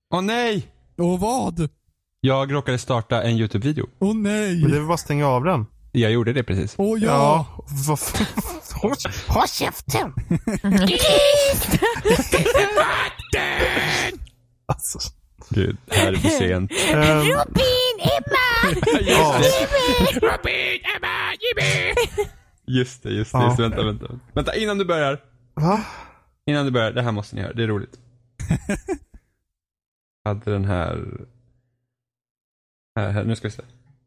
Åh nej! Och vad? Jag råkade starta en YouTube-video. Åh nej! Men det var bara att stänga av den. Jag gjorde det precis. Åh ja! Håll käften! Alltså. Gud, här är det för sent. Robin, Emma! Robin, Emma, Jimmy! Just det. Vänta, innan du börjar. Va? Innan du börjar, det här måste ni höra, det är roligt. Hade den här... Här, nu ska vi se.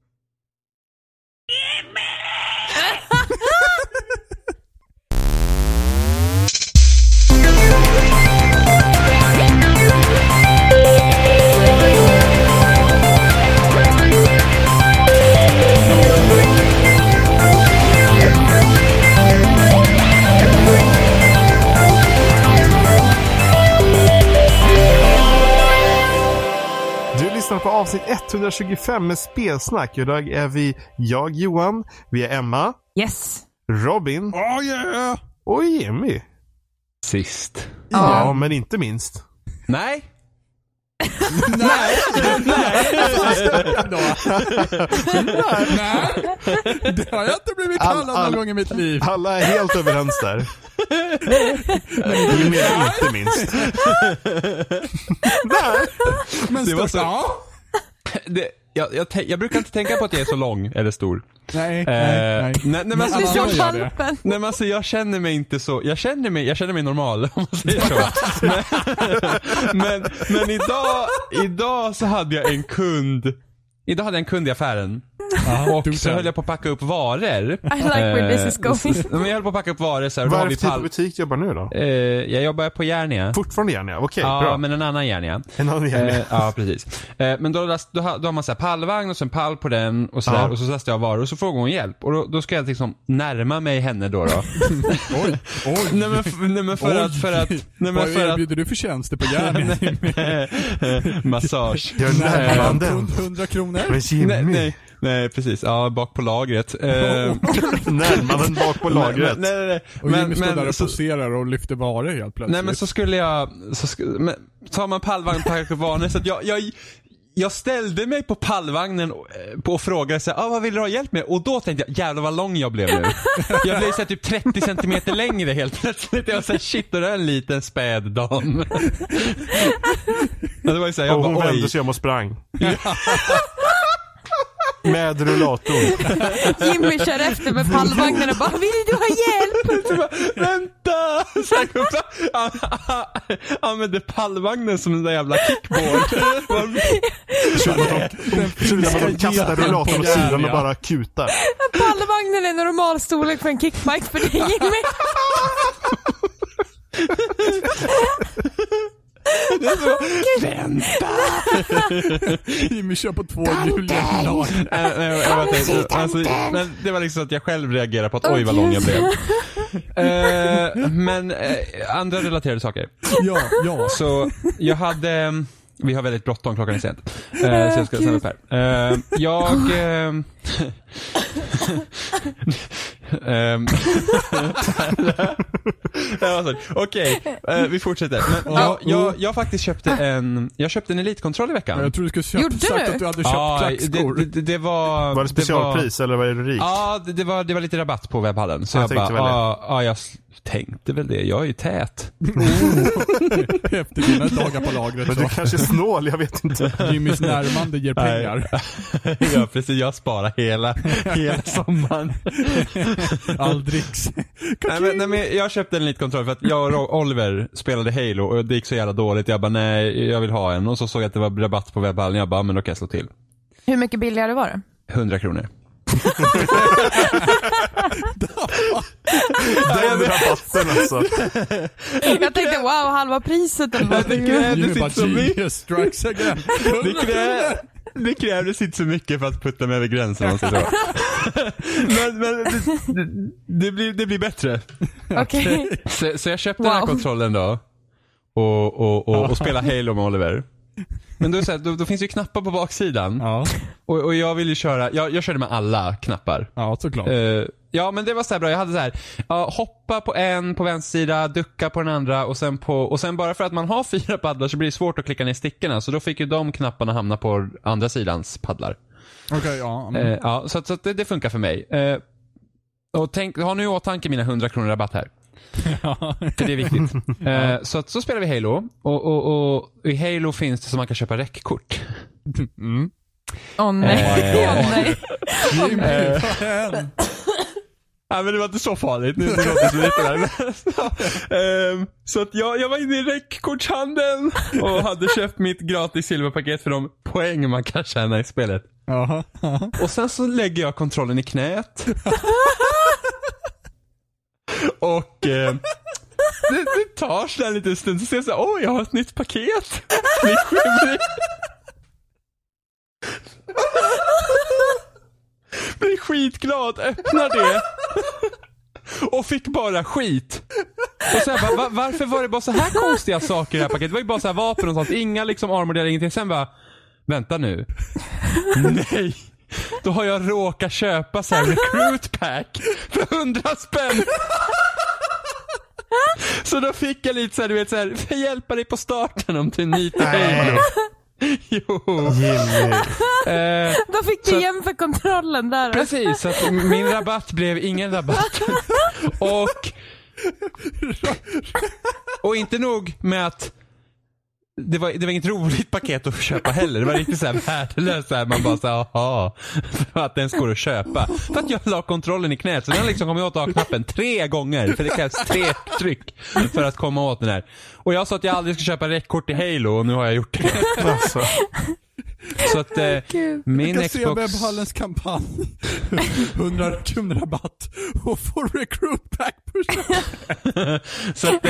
På avsnitt 125 med spelsnack. Idag är vi Johan, vi är Emma, Yes. Robin, Oh yeah! och Jimmy. Sist. Ja, men inte minst. Nej. Nej, det har jag inte blivit kallad någon gång i mitt liv. Alla är helt överens där. Jimmy är inte minst. Nej. Men Det var största, så- Jag brukar inte tänka på att jag är så lång eller stor. Nej. Nej, men Men alltså, alla Som andra gör det. valpen. Nej, men alltså jag känner mig inte så. Jag känner mig normal om man säger så. men idag så hade jag en kund. Idag hade jag en kund i affären. Och så höll jag på att packa upp varor. I like where this is going. Men jag höll på att packa upp varor så här, Vad då är har det vi för typ av butik jobbar nu då? jag jobbar på Järnia. Fortfarande gärna, okej, Ja, bra. men en annan Järnia. En annan gärna. Ja, precis. Men då har man så här pallvagn och så en pall på den och så där, och så lastar jag varor och så frågar hon hjälp. Och då ska jag liksom närma mig henne då. Oj. Nej men för att Vad erbjuder du för tjänster på Järnia? massage. Gör närmanden. 100 kronor? Men Jimmy. Nej, precis. Ja, bak på lagret. Närmanden bak på lagret. Nej. Och Jimmy står där och poserar och lyfter varor helt plötsligt. Nej, men så skulle jag tar man pallvagn och packar upp varor så att jag ställde mig på pallvagnen och frågade sig, vad vill du ha hjälp med? Och då tänkte jag, jävlar vad lång jag blev nu. Jag blev så här, typ 30 centimeter längre helt plötsligt. Jag var så här, shit, och det är en liten späd dam. Det var ju så här, jag Och hon bara, vände sig om och sprang. Med rullator. Jimmy kör efter med pallvagnen och bara, vill du ha hjälp? Så bara, vänta! Så jag använde pallvagnen som en där jävla kickboard. Så de kastar rullatorn åt sidan och bara kutar. Pallvagnen är normal storlek för en kickbike för dig, Jimmy. Vänta! Jimmy kör på 2 hjul. Men det var liksom att jag själv reagerade på att oj vad lång jag blev. Men andra relaterade saker. Ja. Så jag hade... Vi har väldigt bråttom, klockan är sent. Så jag ska stanna upp här. Okej, vi fortsätter. Men jag faktiskt köpte en elitkontroll i veckan. Jag tror du skulle Gjorde sagt du? att du hade köpt klackskor. Det var... Var det specialpris eller var det rikt? Ja, det var lite rabatt på webbhallen. Så Jag jag tänkte bara, jag tänkte väl det. Jag är ju tät. Efter dina dagar på lagret. Men du kanske är snål, jag vet inte. Jimmys närmande ger pengar. Ja, precis. Jag sparar hela sommaren. Aldrig. Nej, men jag köpte en elitkontroll för att jag och Oliver spelade Halo och det gick så jävla dåligt. Jag bara, nej, jag vill ha en. Och så såg jag att det var rabatt på webbhallen. Jag bara, men då kan jag slå till. Hur mycket billigare var det? 100 kronor. Den rabatten alltså. Jag tänkte, wow, halva priset eller något. Jimmy bara, genius strikes again. Det krävdes inte så mycket för att putta mig över gränsen. Och så. Men det blir bättre. Okej. Så jag köpte den här kontrollen då och spelade Halo med Oliver. Men då finns ju knappar på baksidan. Ja. Och jag vill ju köra, jag körde med alla knappar. Ja, såklart. Ja, men det var så här bra. Jag hade så här, hoppa på en på vänster sida, ducka på den andra och sen bara för att man har 4 paddlar så blir det svårt att klicka ner stickorna. Så då fick ju de knapparna hamna på andra sidans paddlar. Okej, ja. Så det funkar för mig. Och ha nu i åtanke mina 100 kronor rabatt här. För det är viktigt. Så spelar vi Halo. Och i Halo finns det så man kan köpa räckkort. Åh nej. Nej, men det var inte så farligt. Nu låter det så lite. Så att jag var inne i räckkortshandeln och hade köpt mitt gratis silverpaket för de poäng man kan tjäna i spelet. Och sen så lägger jag kontrollen i knät. Och det tar så där en liten stund. Så ser jag så här, jag har ett nytt paket. Blir skitglad, öppnar det och fick bara skit. Och så här, varför var det bara så här konstiga saker i det här paketet? Det var ju bara så här vapen och sånt, inga liksom armordelar, ingenting. Sen bara, vänta nu. Nej, då har jag råkat köpa så här recruit pack för 100 spänn. Så då fick jag lite så här, du vet så här, för hjälpa dig på starten om du nyter Halo. Jo. Då fick du igen för kontrollen där. Precis, så att min rabatt blev ingen rabatt. Och inte nog med att det var inget roligt paket att köpa heller. Det var riktigt så här värdelöst så här, man bara så här, aha, för att den ska att köpa. För att jag la kontrollen i knät. Så den liksom kom åt A-knappen 3 gånger. För det krävs 3 tryck för att komma åt den här. Och jag sa att jag aldrig ska köpa räckkort i Halo och nu har jag gjort det. Alltså. Så att min jag kan Xbox... se Webbhallens kampanj. 100 kronor rabatt och får recruit pack på köp. Så att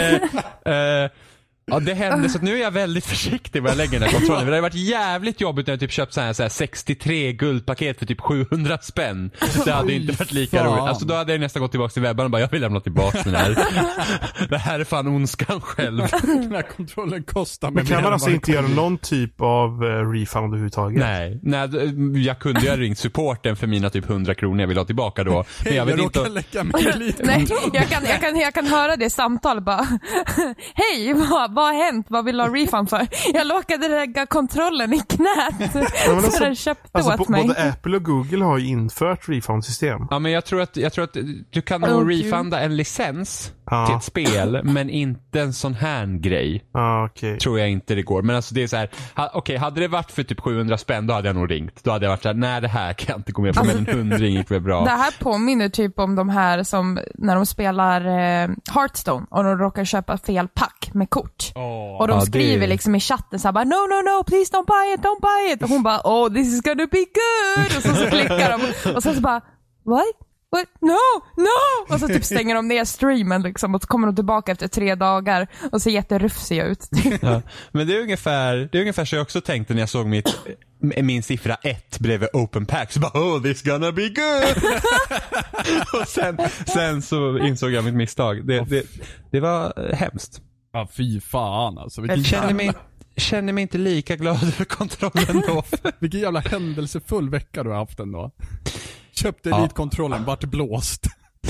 ja, det hände, så att nu är jag väldigt försiktig vad jag lägger den här kontrollen. Det har varit jävligt jobbigt när jag typ köpt så här 63 guldpaket för typ 700 spänn. Det hade inte varit lika roligt. Alltså då hade jag nästan gått tillbaka till webben och bara, jag vill lämna tillbaka den här. Det här är fan ondskan själv. Den här kontrollen kostar mig. Men kan man alltså inte göra någon typ av refund överhuvudtaget? Nej, jag kunde ju ha ringt supporten för mina typ 100 kronor jag vill ha tillbaka då. Men jag vet inte. Lägga mig lite. Nej, jag kan höra det samtal bara. Hej, vad har hänt? Vad vill du ha refund för? Jag råkade lägga kontrollen i knät. Så den köpte åt mig. Både Apple och Google har ju infört refund-system. Ja, men jag tror att du kan nog refunda en licens till ett spel, men inte en sån här grej. Okay. Tror jag inte det går. Men alltså det är så här, okej, hade det varit för typ 700 spänn, då hade jag nog ringt. Då hade jag varit så här, nej, det här kan jag inte gå med på, men en 100 gick väl bra. Det här påminner typ om de här som när de spelar Hearthstone och de råkar köpa fel pack med kort. Och de skriver liksom i chatten så här bara, no, please don't buy it. Och hon bara, oh, this is gonna be good. Och så klickar de. Och så bara, what? No! Och så typ stänger de ner streamen liksom, och så kommer de tillbaka efter 3 dagar och ser jätterufsiga ut. Ja, men det är ungefär så jag också tänkte när jag såg min siffra 1 bredvid open pack. Så bara, oh, this gonna be good! Och sen så insåg jag mitt misstag. Det var hemskt. Ja, fy fan alltså. Jag känner mig inte lika glad över kontrollen då. Vilken jävla händelsefull vecka du har haft ändå. Köpte Elite-kontrollen, vart blåst.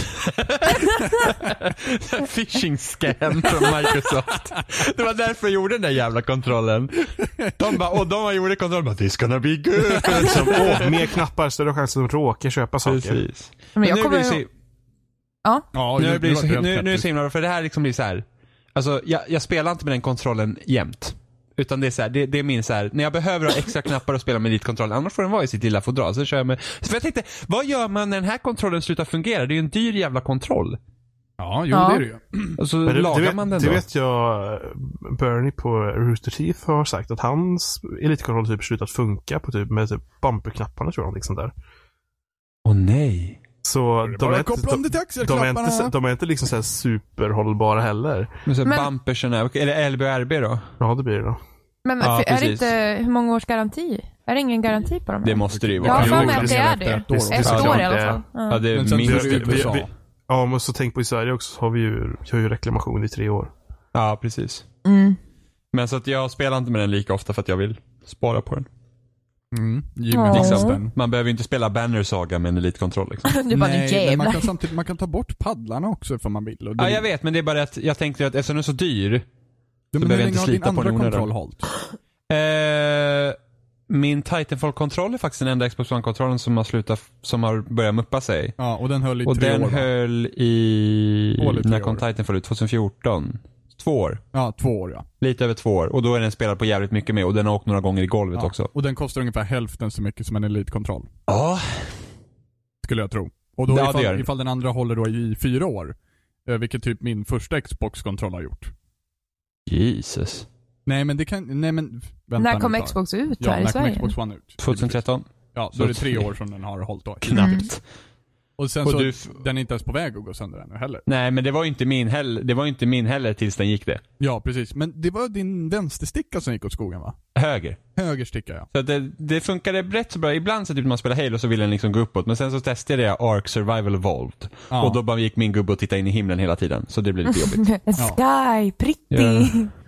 Phishing scam från Microsoft. Det var därför jag gjorde den där jävla kontrollen. De har gjort kontrollen, but it's gonna be good. Mer knappar, större chans att råka köpa saker. Precis. Men jag kommer ju... Nu är det så himla, för det här liksom blir så här. Alltså, jag spelar inte med den kontrollen jämt. Utan det är så här, det är min så här, när jag behöver ha extra knappar och spela med Elite-kontrollen, annars får den vara i sitt lilla fodral. Så kör jag med. Så jag tänkte, vad gör man när den här kontrollen slutar fungera? Det är ju en dyr jävla kontroll. Ja, jo, det är det ju. Och så lagar man den då. Det vet jag, Bernie på Rooster Teeth har sagt att hans Elite-kontroll typ slutat funka på typ med typ bumperknapparna, tror jag, liksom där. Åh nej. Så de är inte liksom så här superhållbara heller. Men så bumpersen eller LB och RB då? Ja, det blir det då. Men är det inte hur många års garanti? Är det ingen garanti på dem? Det måste det ju vara. Ja, för mig att det är det. Ett år i alla fall. Ja, det är minst. Ja, men så tänk på i Sverige också, har vi ju reklamation i 3 år. Ja, precis. Men så att jag spelar inte med den lika ofta för att jag vill spara på den. Liksom, man behöver inte spela Banner Saga med en Elite-kontroll liksom. Du bara, nej, men man kan ta bort paddlarna också om man vill. Och ja, jag vet, men det är bara att jag tänkte att eftersom den är så dyr så behöver jag inte slita på den onödan. Min Titanfall-kontroll är faktiskt den enda Xbox One-kontrollen som har börjat muppa sig. Ja, och den höll i 3 år. Och den år, höll när kom Titanfall ut? 2014? 2 år. Ja, 2 år, ja. Lite över 2 år. Och då är den spelad på jävligt mycket mer. Och den har åkt några gånger i golvet också. Och den kostar ungefär hälften så mycket som en Elite-kontroll. Ja. Skulle jag tro. Och då ifall den andra håller då i 4 år. Vilket typ min första Xbox-kontroll har gjort. Jesus. Nej men vänta. När kom Xbox ut här i Sverige? När kom Xbox One ut? 2013. Ja, så är det 3 år som den har hållit då. Knappt. Och sen den är inte ens på väg att gå sönder ännu heller. Nej, men det var ju inte min heller tills den gick det. Ja, precis. Men det var din vänstersticka som gick åt skogen, va? Högersticka, ja. Så det funkade rätt så bra. Ibland så typ när man spelar Halo så vill den liksom gå uppåt. Men sen så testade jag Ark Survival Evolved. Ja. Och då bara gick min gubbe och tittade in i himlen hela tiden. Så det blev lite jobbigt. Sky, pretty.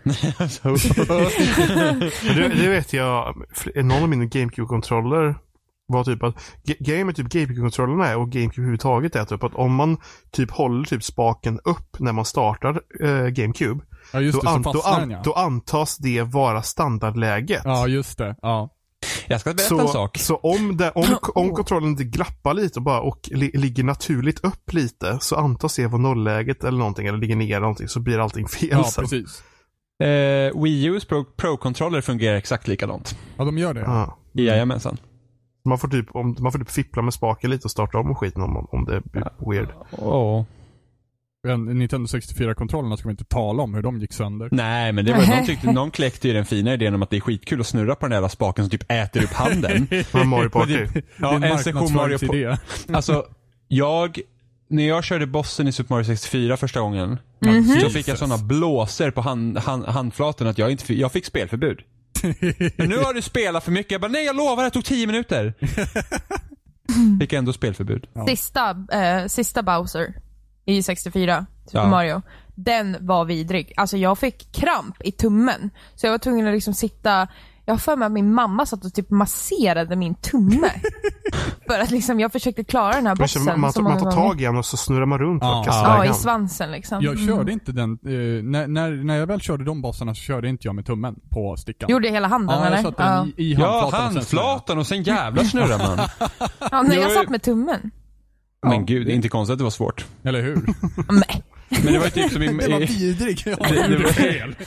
det vet jag. Någon av mina GameCube-kontroller var typ att grejen med typ GameCube-kontrollerna är och GameCube överhuvudtaget är typ att om man typ håller typ spaken upp när man startar GameCube, ja, just det, då antas det vara standardläget. Ja, just det. Ja. Jag ska berätta en sak. Så om kontrollen inte glappar lite och ligger naturligt upp lite, så antas det vara nollläget eller någonting, eller ligger ner någonting, så blir allting fel. Ja, precis. Wii U's Pro-controller fungerar exakt likadant. Ja, de gör det. Ja. Jajamensan. Man får typ fippla med spaken lite och starta om skiten om det blir weird. Nintendo 64-kontrollerna ska vi inte tala om hur de gick sönder. Nej, men det var någon kläckte ju den fina idén om att det är skitkul att snurra på den jävla spaken som typ äter upp handen. Mario Party. Ja, en session Mario Party. Alltså, när jag körde bossen i Super Mario 64 första gången, så fick jag såna blåser på handflaten att jag fick spelförbud. Men nu har du spelat för mycket. Jag bara, nej, jag lovar, det tog 10 minuter. Fick ändå spelförbud. Ja. Sista Bowser i 64 Super Mario. Den var vidrig. Alltså jag fick kramp i tummen. Så jag var tvungen att liksom sitta. Jag har för mig att min mamma satt och typ masserade min tumme. För att liksom jag försökte klara den här bossen. Man tar tag i den och så snurrar man runt. Ja, i svansen liksom. Jag körde inte den. När jag väl körde de bossarna så körde inte jag med tummen på stickan. Gjorde hela handen eller? Jag satte den i handflatan. Ja, handflatan och sen jävla snurrar man. Ja, nej, jag satt med tummen. Men gud, det är inte konstigt att det var svårt. Eller hur? Nej. Men det var ju typ som det var vidrig. Det var fel.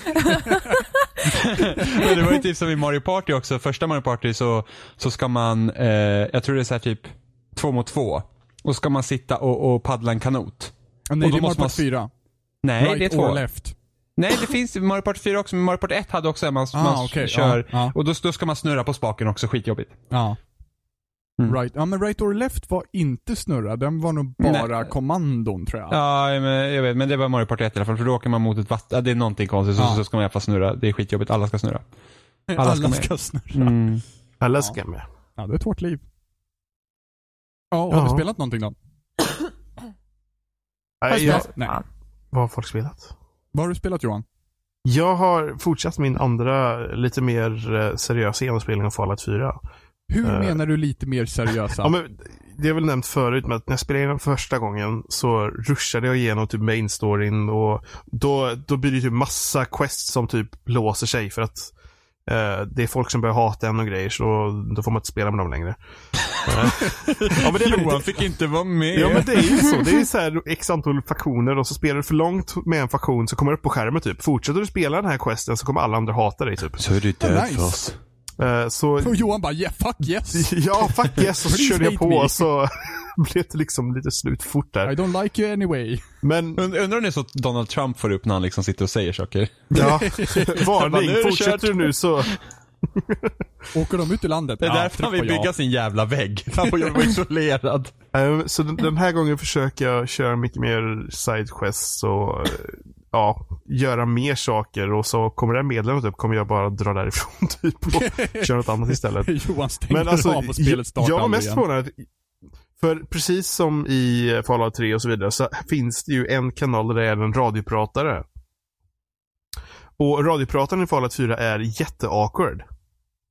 Men det var ju typ som i Mario Party också. Första Mario Party så ska man jag tror det är så här typ 2 mot 2. Och ska man sitta och paddla en kanot. Nej, och då det är Mario Party 4. Nej, right, det är 2. Left. Nej, det finns Mario Party 4 också, men Mario Party 1 hade också man kör. Och då ska man snurra på spaken också, skitjobbigt. Ja. Right. Ja, men right or left var inte snurra. Den var nog bara kommandon, tror jag. Ja, men jag vet. Men det var Mario Party 1 i alla fall. För då åker man mot ett vatten. Det är någonting konstigt. Så ska man i alla fall snurra. Det är skitjobbigt. Alla ska snurra. Alla ska snurra. Alla ska med. Ja, det är ett hårt liv. Ja, har du spelat någonting då? Nej. Vad har folk spelat? Vad har du spelat, Johan? Jag har fortsatt min andra, lite mer seriösa genomspelning av Fallout 4. Hur menar du lite mer seriösa? Ja, men det är väl nämnt förut, men att när jag spelade in första gången så rushade jag igenom typ main storyn, och då blir det typ massa quests som typ låser sig för att det är folk som börjar hata en och grejer, så då får man inte spela med dem längre. Ja, men det Johan fick inte vara med. Ja, men det är ju så. Det är så här x antal faktioner, och så spelar du för långt med en faktion så kommer det upp på skärmen typ. Fortsätter du spela den här questen så kommer alla andra hata dig typ. Så är du död för oss. Och Johan bara, fuck yes. Ja, fuck yes. Och så körde jag på och så blev det liksom lite slut fort där. I don't like you anyway. Men undrar om det är så att Donald Trump får upp när han liksom sitter och säger saker. Ja, varning. Fortsätter du nu så åker de ut i landet. Det är därför han vill bygga sin jävla vägg. Han får vara isolerad. Så den här gången försöker jag köra mycket mer sidequests och göra mer saker, och så kommer det här meddelandet upp, kommer jag bara dra därifrån typ och köra något annat istället. Johan stänger av och spelet startar. Jag var mest förvånad, för precis som i Fallout 3 och så vidare så finns det ju en kanal där det är en radiopratare. Och radioprataren i Fallout 4 är jätteawkward.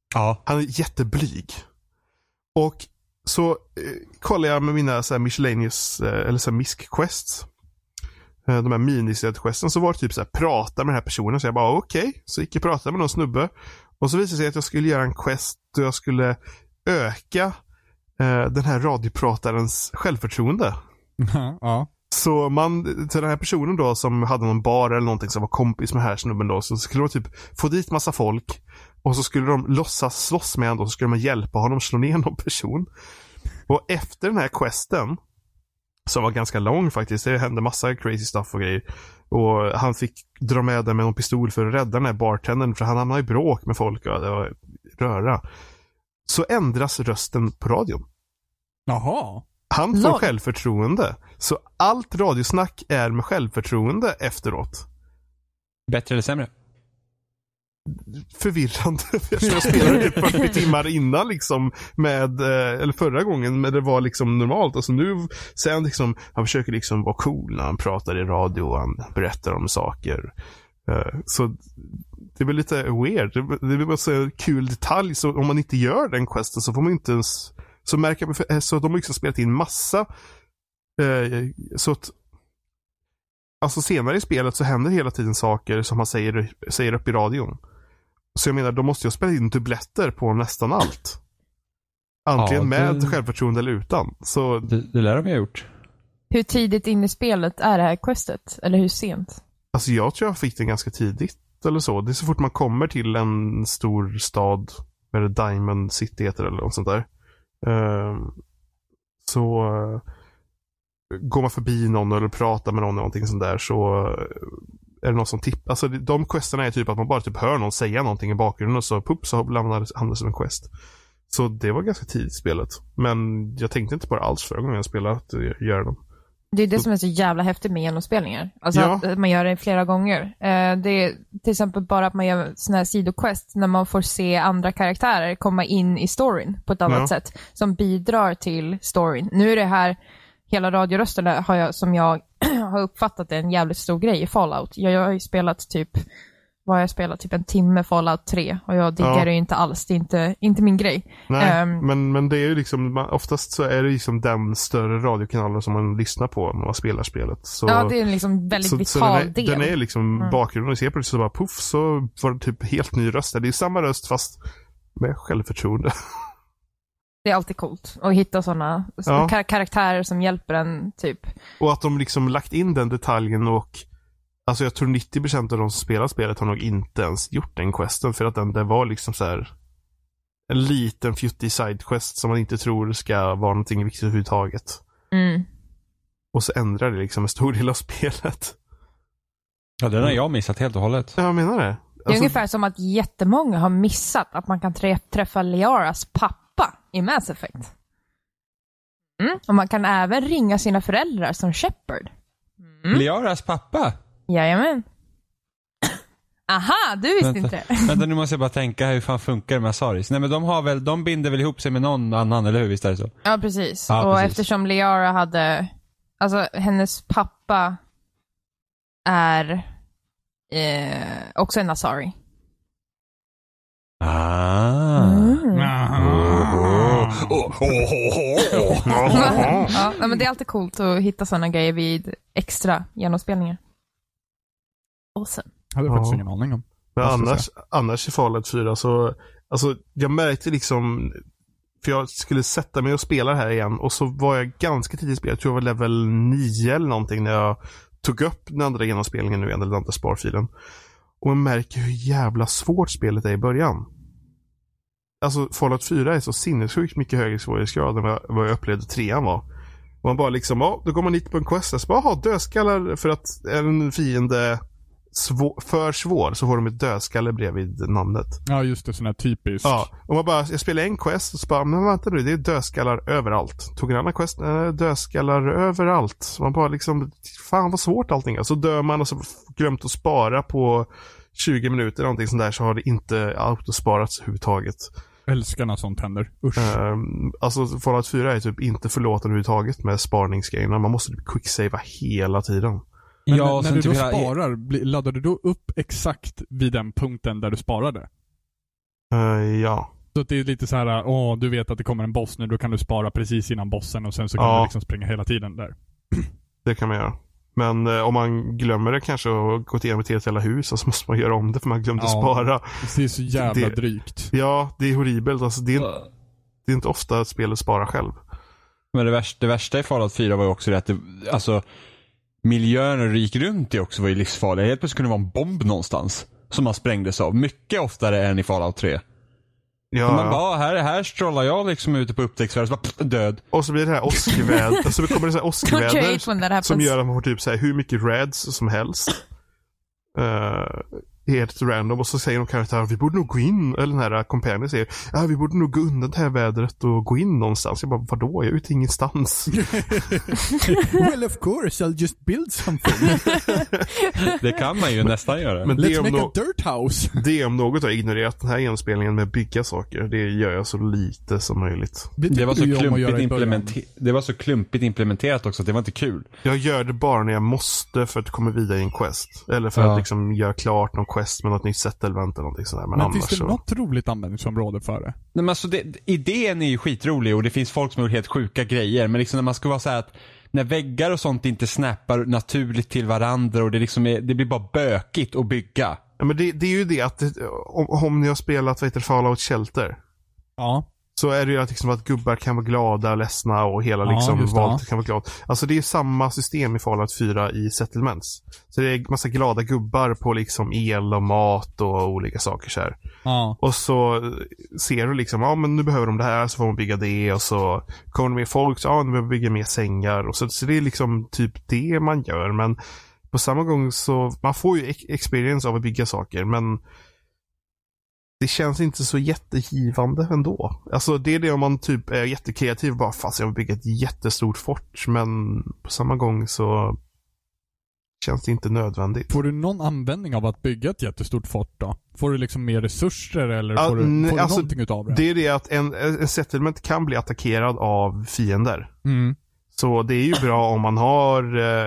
Ja. Han är jätteblyg. Och så kollar jag med mina så här miscellaneous eller så här misc-quests. De här miniset-questen, så var det typ så här, prata med den här personen. Så jag bara okej. Så gick jag och pratade med någon snubbe. Och så visade det sig att jag skulle göra en quest då jag skulle öka den här radiopratarens självförtroende. Ja. Så till den här personen då som hade någon bar eller någonting som var kompis med den här snubben då, så skulle de typ få dit massa folk och så skulle de låtsas slåss med honom och så skulle man hjälpa honom slå ner någon person. Och efter den här questen, som var ganska lång faktiskt, det hände massa crazy stuff och grejer, och han fick dra med den med någon pistol för att rädda den här bartendern, för han hamnade i bråk med folk och det var röra. Så ändras rösten på radion. Jaha. Han får självförtroende. Så allt radiosnack är med självförtroende efteråt. Bättre eller sämre? Förvirrande. Jag spelade det 40 timmar innan liksom med, eller förra gången, men det var liksom normalt. Och så nu sen liksom, han försöker liksom vara cool när han pratar i radio och han berättar om saker. Så det blir lite weird. Det blir bara en kul detalj. Så om man inte gör den questen så får man inte ens, så märker man, så de har liksom spelat in massa så att alltså senare i spelet så händer hela tiden saker som han säger upp i radion. Så jag menar, de måste ju spela in dubbletter på nästan allt. Antingen med självförtroende eller utan. Så det lär de ha gjort. Hur tidigt in i spelet är det här questet? Eller hur sent? Alltså jag tror jag fick det ganska tidigt eller så. Det är så fort man kommer till en stor stad med Diamond City heter det eller något sånt där. Så går man förbi någon eller pratar med någon eller någonting sånt där, så är det någon som tippar. Alltså de questerna är typ att man bara typ hör någon säga någonting i bakgrunden och så hamnar som en quest. Så det var ganska tidigt i spelet. Men jag tänkte inte på det alls förra gången jag spelade att göra dem. Det är det som är så jävla häftigt med genomspelningar. Alltså att man gör det flera gånger. Det är till exempel bara att man gör såna här sidoquest när man får se andra karaktärer komma in i storyn på ett annat sätt som bidrar till storyn. Nu är det här hela radiorösterna som jag har uppfattat är en jävligt stor grej i Fallout. Jag har ju spelat typ en timme Fallout 3 och jag diggar det ju inte alls. Det är inte min grej. Nej, men det är ju liksom, oftast så är det liksom den större radiokanalen som man lyssnar på när man spelar spelet. Så, ja, det är liksom väldigt vital del. Den är liksom bakgrunden och ser på det så bara puff, så var det typ helt ny röst. Det är samma röst fast med självförtroende. Det är alltid coolt att hitta sådana karaktärer som hjälper en typ. Och att de liksom lagt in den detaljen, och alltså jag tror 90% av de som spelar spelet har nog inte ens gjort den questen, för att det var liksom så här en liten fjuttig sidequest som man inte tror ska vara någonting viktigt överhuvudtaget. Och så ändrar det liksom en stor del av spelet. Ja, den har jag missat helt och hållet. Ja, jag menar det. Det är ungefär som att jättemånga har missat att man kan träffa Liaras pappa i Mass Effect. Och man kan även ringa sina föräldrar som Shepard. Liaras pappa? Jajamän. Aha, du visste inte. Vänta, nu måste jag bara tänka hur fan funkar det med Asaris. Nej, men de binder väl ihop sig med någon annan, eller hur? Visst är det så? Ja, precis. Ja, och precis. Eftersom Liara hade, alltså hennes pappa är också en Asari. Ja, men det är alltid coolt att hitta sådana grejer vid extra genomspelningar. Awesome. Jag hade faktiskt ingen aning om. Men annars i Fallout 4 så, alltså jag märkte liksom, för jag skulle sätta mig och spela här igen, och så var jag ganska tidigt i spelet, jag tror jag var level 9 eller någonting när jag tog upp den andra genomspelningen nu igen, eller den andra sparfilen. Och man märker hur jävla svårt spelet är i början. Alltså Fallout 4 är så sinnessjukt mycket högre svårighetsgrad än vad jag upplevde 3an var. Och man bara liksom, då går man hit på en quest och så bara, dödskallar, för att är en fiende för svår så får de ett dödskalle bredvid namnet. Ja, just det, sån här typiskt. Ja, och man bara, jag spelar en quest och så bara, men vänta nu, det är dödskallar överallt. Tog en annan quest, dödskallar överallt. Så man bara liksom, fan vad svårt allting. Så dör man och så glömt att spara på 20 minuter någonting sånt där, så har det inte autosparats överhuvudtaget. Älskar när sånt händer. Usch. Alltså Fallout 4 är typ inte förlåten överhuvudtaget med sparningsgrejerna. Man måste typ quicksavea hela tiden. Men när du då sparar, laddar du då upp exakt vid den punkten där du sparade? Ja. Så att det är lite så här, du vet att det kommer en boss nu, då kan du spara precis innan bossen och sen så kan du liksom springa hela tiden där. Det kan man göra. Men om man glömmer det kanske och gått igenom ett helt hus, så måste man göra om det för man glömde spara. Det är så jävla drygt. Ja, det är horribelt. Alltså, det är inte ofta att spelet sparar själv. Men det värsta i Fallout 4 var ju också det att miljön och gick runt i också var ju livsfarlig. Helt plötsligt kunde det vara en bomb någonstans som man sprängdes av. Mycket oftare än i Fallout 3. Ja. Man bara, här strollar jag liksom ute på upptäcktsfärd och så bara död. Och så blir det här åskväder. Och så kommer det så här åskväder som gör att man får typ så här hur mycket rads som helst. Helt random. Och så säger de karaktärer, vi borde nog gå in. Eller den här kompanjen säger, vi borde nog gå undan det här vädret och gå in någonstans. Jag bara, vadå? Jag är ute ingenstans. Well, of course, I'll just build something. Det kan man ju nästan göra. Men let's make a dirt house. Det om något har ignorerat den här genomspelningen med att bygga saker. Det gör jag så lite som möjligt. Det var så klumpigt implementerat också att det var inte kul. Jag gör det bara när jag måste för att komma vidare i en quest. Eller för att liksom göra klart någon quest med något nytt settlement eller någonting sådär. Men finns det något roligt användningsområde för det? Nej, men alltså idén är ju skitrolig och det finns folk som har gjort helt sjuka grejer. Men liksom när man ska vara så här att när väggar och sånt inte snappar naturligt till varandra och det liksom det blir bara bökigt att bygga. Ja, men det är ju det att om ni har spelat Fallout Shelter. Ja. Så är det ju liksom att gubbar kan vara glada och ledsna och hela liksom valet kan vara glad. Alltså det är samma system i Fallout 4 i Settlements. Så det är massa glada gubbar på liksom el och mat och olika saker så här. Ja. Och så ser du liksom, men nu behöver de det här så får man bygga det och så kommer det med folk så nu behöver vi bygga mer sängar och så det är liksom typ det man gör, men på samma gång så man får ju experience av att bygga saker, men det känns inte så jättegivande ändå. Alltså det är det om man typ är jättekreativ och bara fast jag vill bygga ett jättestort fort, men på samma gång så känns det inte nödvändigt. Får du någon användning av att bygga ett jättestort fort då? Får du liksom mer resurser eller får du någonting utav det? Det är det att en settlement kan bli attackerad av fiender. Mm. Så det är ju bra om man har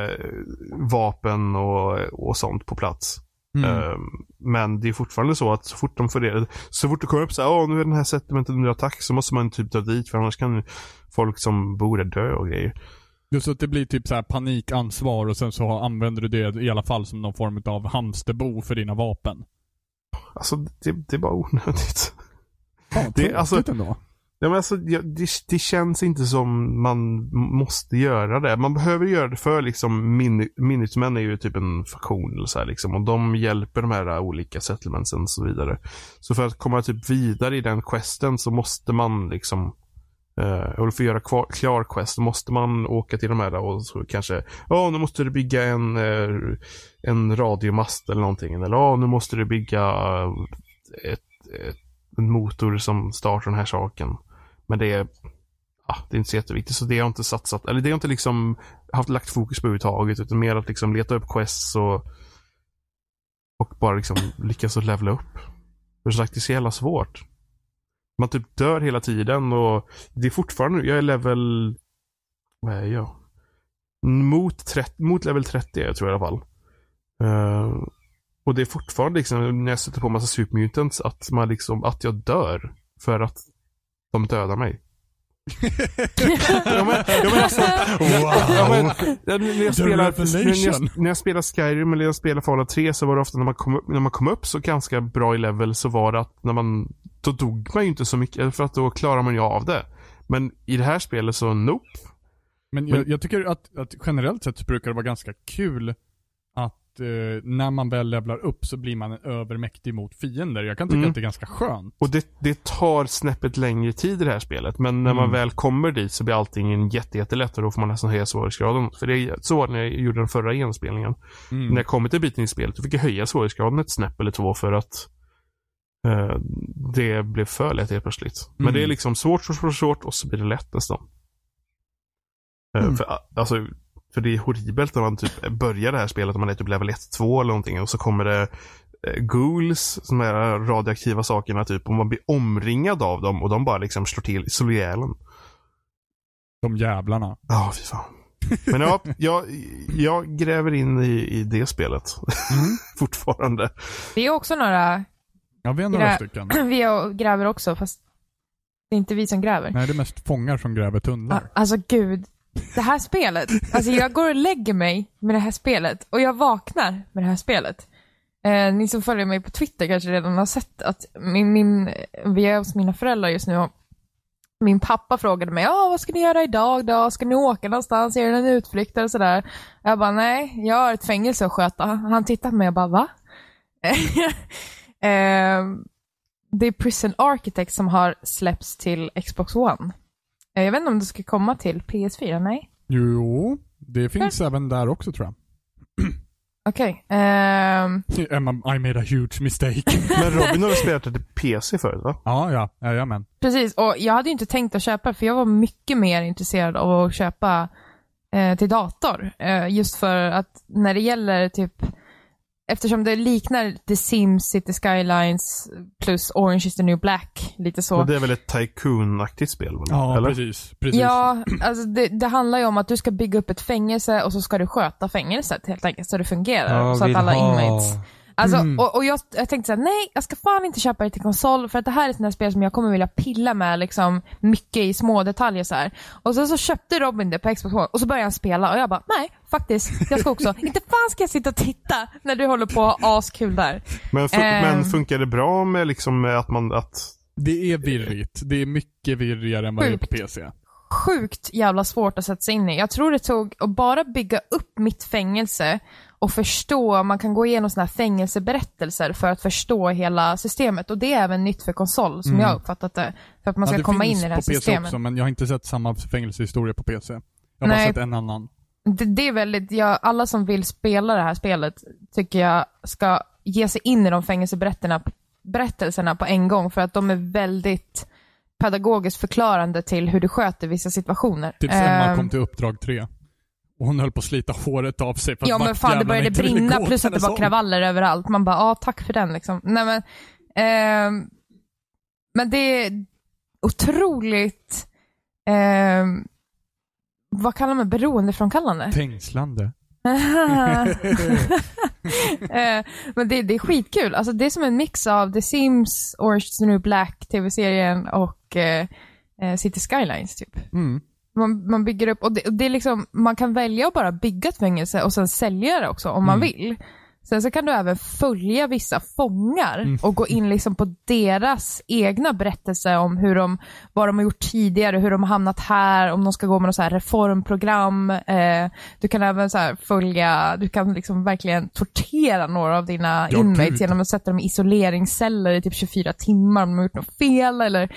vapen och sånt på plats. Men det är fortfarande så att så fort det kommer upp så här, nu är den här settlementen under attack, så måste man typ dra dit, för annars kan folk som bor där dö och grejer. Just så att det blir typ så här panikansvar och sen så använder du det i alla fall som någon form av hamsterbo för dina vapen. Alltså det är bara onödigt. Ja, det är alltså ändå. Ja, men alltså, det känns inte som man måste göra det. Man behöver göra det för liksom Minutemen är ju typ en faktion eller så här, liksom, och de hjälper de här olika settlementsen och så vidare. Så för att komma typ vidare i den questen så måste man liksom och för att göra klar quest så måste man åka till de här och så kanske nu måste du bygga en radiomast eller någonting, eller nu måste du bygga en motor som startar den här saken. Men det är inte så jätteviktigt, så det har inte satsat, eller det har inte liksom haft lagt fokus på överhuvudtaget, utan mer att liksom leta upp quests och bara liksom lyckas att levela upp. För sagt, det är så jävla svårt. Man typ dör hela tiden och det är fortfarande, jag är level, vad är jag? Mot level 30 tror jag i alla fall. Och det är fortfarande liksom, när jag sätter på massa supermutants, att jag dör för att de dödar mig. När jag spelar Skyrim eller jag spelar Fallout 3 så var det ofta när man kom upp så ganska bra i level, så var det att då dog man ju inte så mycket, för att då klarar man ju av det. Men i det här spelet så nope. Men jag tycker att generellt sett brukar det vara ganska kul att när man väl levlar upp så blir man övermäktig mot fiender. Jag kan tycka att det är ganska skönt. Och det tar snäppet längre tid i det här spelet. Men när man väl kommer dit så blir allting jättelätt, och då får man nästan höja svårighetsgraden. För så var det när jag gjorde den förra inspelningen. När jag kom till biten i spelet så fick jag höja svårighetsgraden ett snäpp eller två för att det blev för lätt helt plötsligt. Men det är liksom svårt och så blir det lätt nästan. För det är horribelt när man typ börjar det här spelet och man är typ level 1-2 eller någonting, och så kommer det ghouls, som är radioaktiva sakerna typ, och man blir omringad av dem och de bara liksom slår ihjäl en. De jävlarna. Ja, fy fan. Men jag gräver in i det spelet fortfarande. Vi är också några. Ja, vi är några stycken. Vi gräver också, fast Det är inte vi som gräver. Nej, det är mest fångar som gräver tunnlar. Alltså gud, det här spelet. Alltså jag går och lägger mig med det här spelet. Och jag vaknar med det här spelet. Ni som följer mig på Twitter kanske redan har sett att vi är hos mina föräldrar just nu. Och min pappa frågade mig, vad ska ni göra idag då? Ska ni åka någonstans? Är det en utflykt eller sådär? Jag bara, nej, jag har ett fängelse att sköta. Han tittade på mig och bara, va? Det är Prison Architect som har släppts till Xbox One. Jag vet inte om det ska komma till PS4, nej? Jo, det finns även där också tror jag. Okej. I made a huge mistake. Men Robin har spelat det till PC förut, va? Ja, men. Precis, och jag hade ju inte tänkt att köpa, för jag var mycket mer intresserad av att köpa till dator. Just för att när det gäller typ, eftersom det liknar The Sims, City Skylines plus Orange is the New Black, lite så. Och det är väl ett tycoon-aktigt spel? Väl? Ja, eller? precis. Ja, alltså det handlar ju om att du ska bygga upp ett fängelse och så ska du sköta fängelset helt enkelt så det fungerar. Så att alla inmates... Alltså, och jag tänkte såhär, nej, jag ska fan inte köpa det till konsol för att det här är ett sånt här spel som jag kommer vilja pilla med liksom mycket i små detaljer så här. Och så köpte Robin det på Xbox One och så började han spela och jag bara, nej, faktiskt, jag ska också. Inte fan ska jag sitta och titta när du håller på askul där. Men funkar det bra med liksom att... Det är virrigt. Det är mycket virrigare än vad det är på PC. Sjukt jävla svårt att sätta sig in i. Jag tror det tog att bara bygga upp mitt fängelse och förstå, man kan gå igenom såna här fängelseberättelser för att förstå hela systemet. Och det är även nytt för konsol som jag har uppfattat det. För att man ska komma in i det här systemet. Det finns på PC också, men jag har inte sett samma fängelsehistoria på PC. Jag har bara sett en annan. Det är väldigt, alla som vill spela det här spelet tycker jag ska ge sig in i de fängelseberättelserna på en gång. För att de är väldigt pedagogiskt förklarande till hur du sköter vissa situationer. Typ Emma kom till uppdrag 3. Och hon höll på att slita håret av sig. För att men fan, det började brinna plus att det var kravaller överallt. Man bara, tack för den liksom. Nej, men det är otroligt vad kallar man beroendeframkallande? Fängslande. Men det är skitkul. Alltså det är som en mix av The Sims, Orange is the New Black, tv-serien och City Skylines typ. Man bygger upp och det är liksom, man kan välja att bara bygga ett fängelse och sen sälja det också om man vill. Sen så kan du även följa vissa fångar och gå in liksom på deras egna berättelser om vad de har gjort tidigare, hur de har hamnat här, om de ska gå med något så här reformprogram. Du kan även så här följa, du kan liksom verkligen tortera några av dina inmates genom att sätta dem i isoleringsceller i typ 24 timmar om de har gjort något fel eller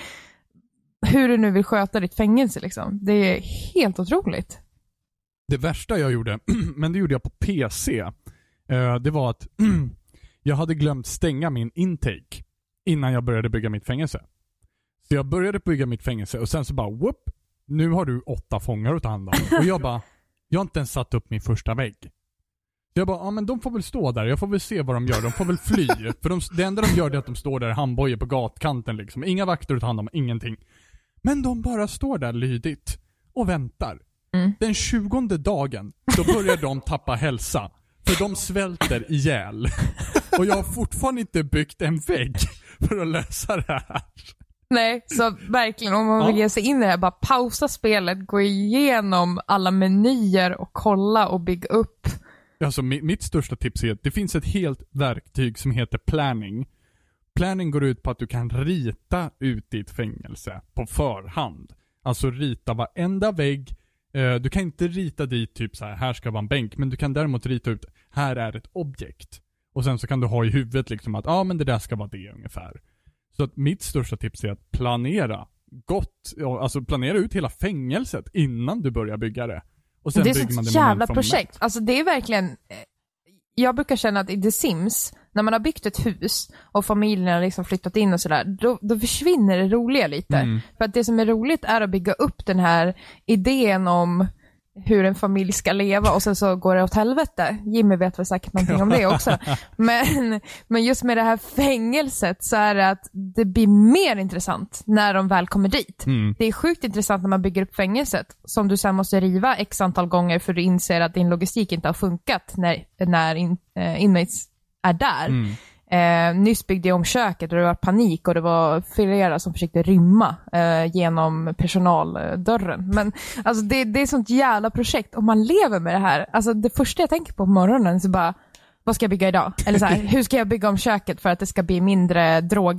hur du nu vill sköta ditt fängelse liksom. Det är helt otroligt. Det värsta jag gjorde, men det gjorde jag på PC. Det var att jag hade glömt stänga min intake innan jag började bygga mitt fängelse. Så jag började bygga mitt fängelse och sen så bara, whoop, nu har du 8 fångar att ta hand om. Och jag bara, jag har inte ens satt upp min första vägg. Så jag bara, men de får väl stå där, jag får väl se vad de gör, de får väl fly. För det enda de gör är att de står där i handbojor på gatkanten liksom. Inga vakter att ta hand om, ingenting. Men de bara står där lydigt och väntar. Den 20:e dagen, då börjar de tappa hälsa. För de svälter ihjäl. Och jag har fortfarande inte byggt en vägg för att lösa det här. Nej, så verkligen om man vill ge sig in i det här, bara pausa spelet, gå igenom alla menyer och kolla och bygga upp. Alltså mitt största tips är att det finns ett helt verktyg som heter planning. Planning går ut på att du kan rita ut ditt fängelse på förhand. Alltså rita varenda vägg. Du kan inte rita dit typ så här ska vara en bänk, men du kan däremot rita ut, här är ett objekt. Och sen så kan du ha i huvudet liksom att, men det där ska vara det ungefär. Så att mitt största tips är att planera gott, alltså planera ut hela fängelset innan du börjar bygga det. Och sen det är bygger man ett det jävla projekt. Alltså det är verkligen, jag brukar känna att i The Sims, när man har byggt ett hus och familjen har liksom flyttat in och sådär, då försvinner det roliga lite. För att det som är roligt är att bygga upp den här idén om hur en familj ska leva och sen så går det åt helvete. Jimmy vet väl säkert någonting om det också. Men just med det här fängelset så är det att det blir mer intressant när de väl kommer dit. Det är sjukt intressant när man bygger upp fängelset som du sen måste riva x antal gånger för du inser att din logistik inte har funkat när inmates är där. Nyss byggde jag om köket och det var panik och det var flera som försökte rymma genom personaldörren. Men alltså det är ett sånt jävla projekt och man lever med det här. Alltså det första jag tänker på morgonen så bara, vad ska jag bygga idag? Eller så här, hur ska jag bygga om köket för att det ska bli mindre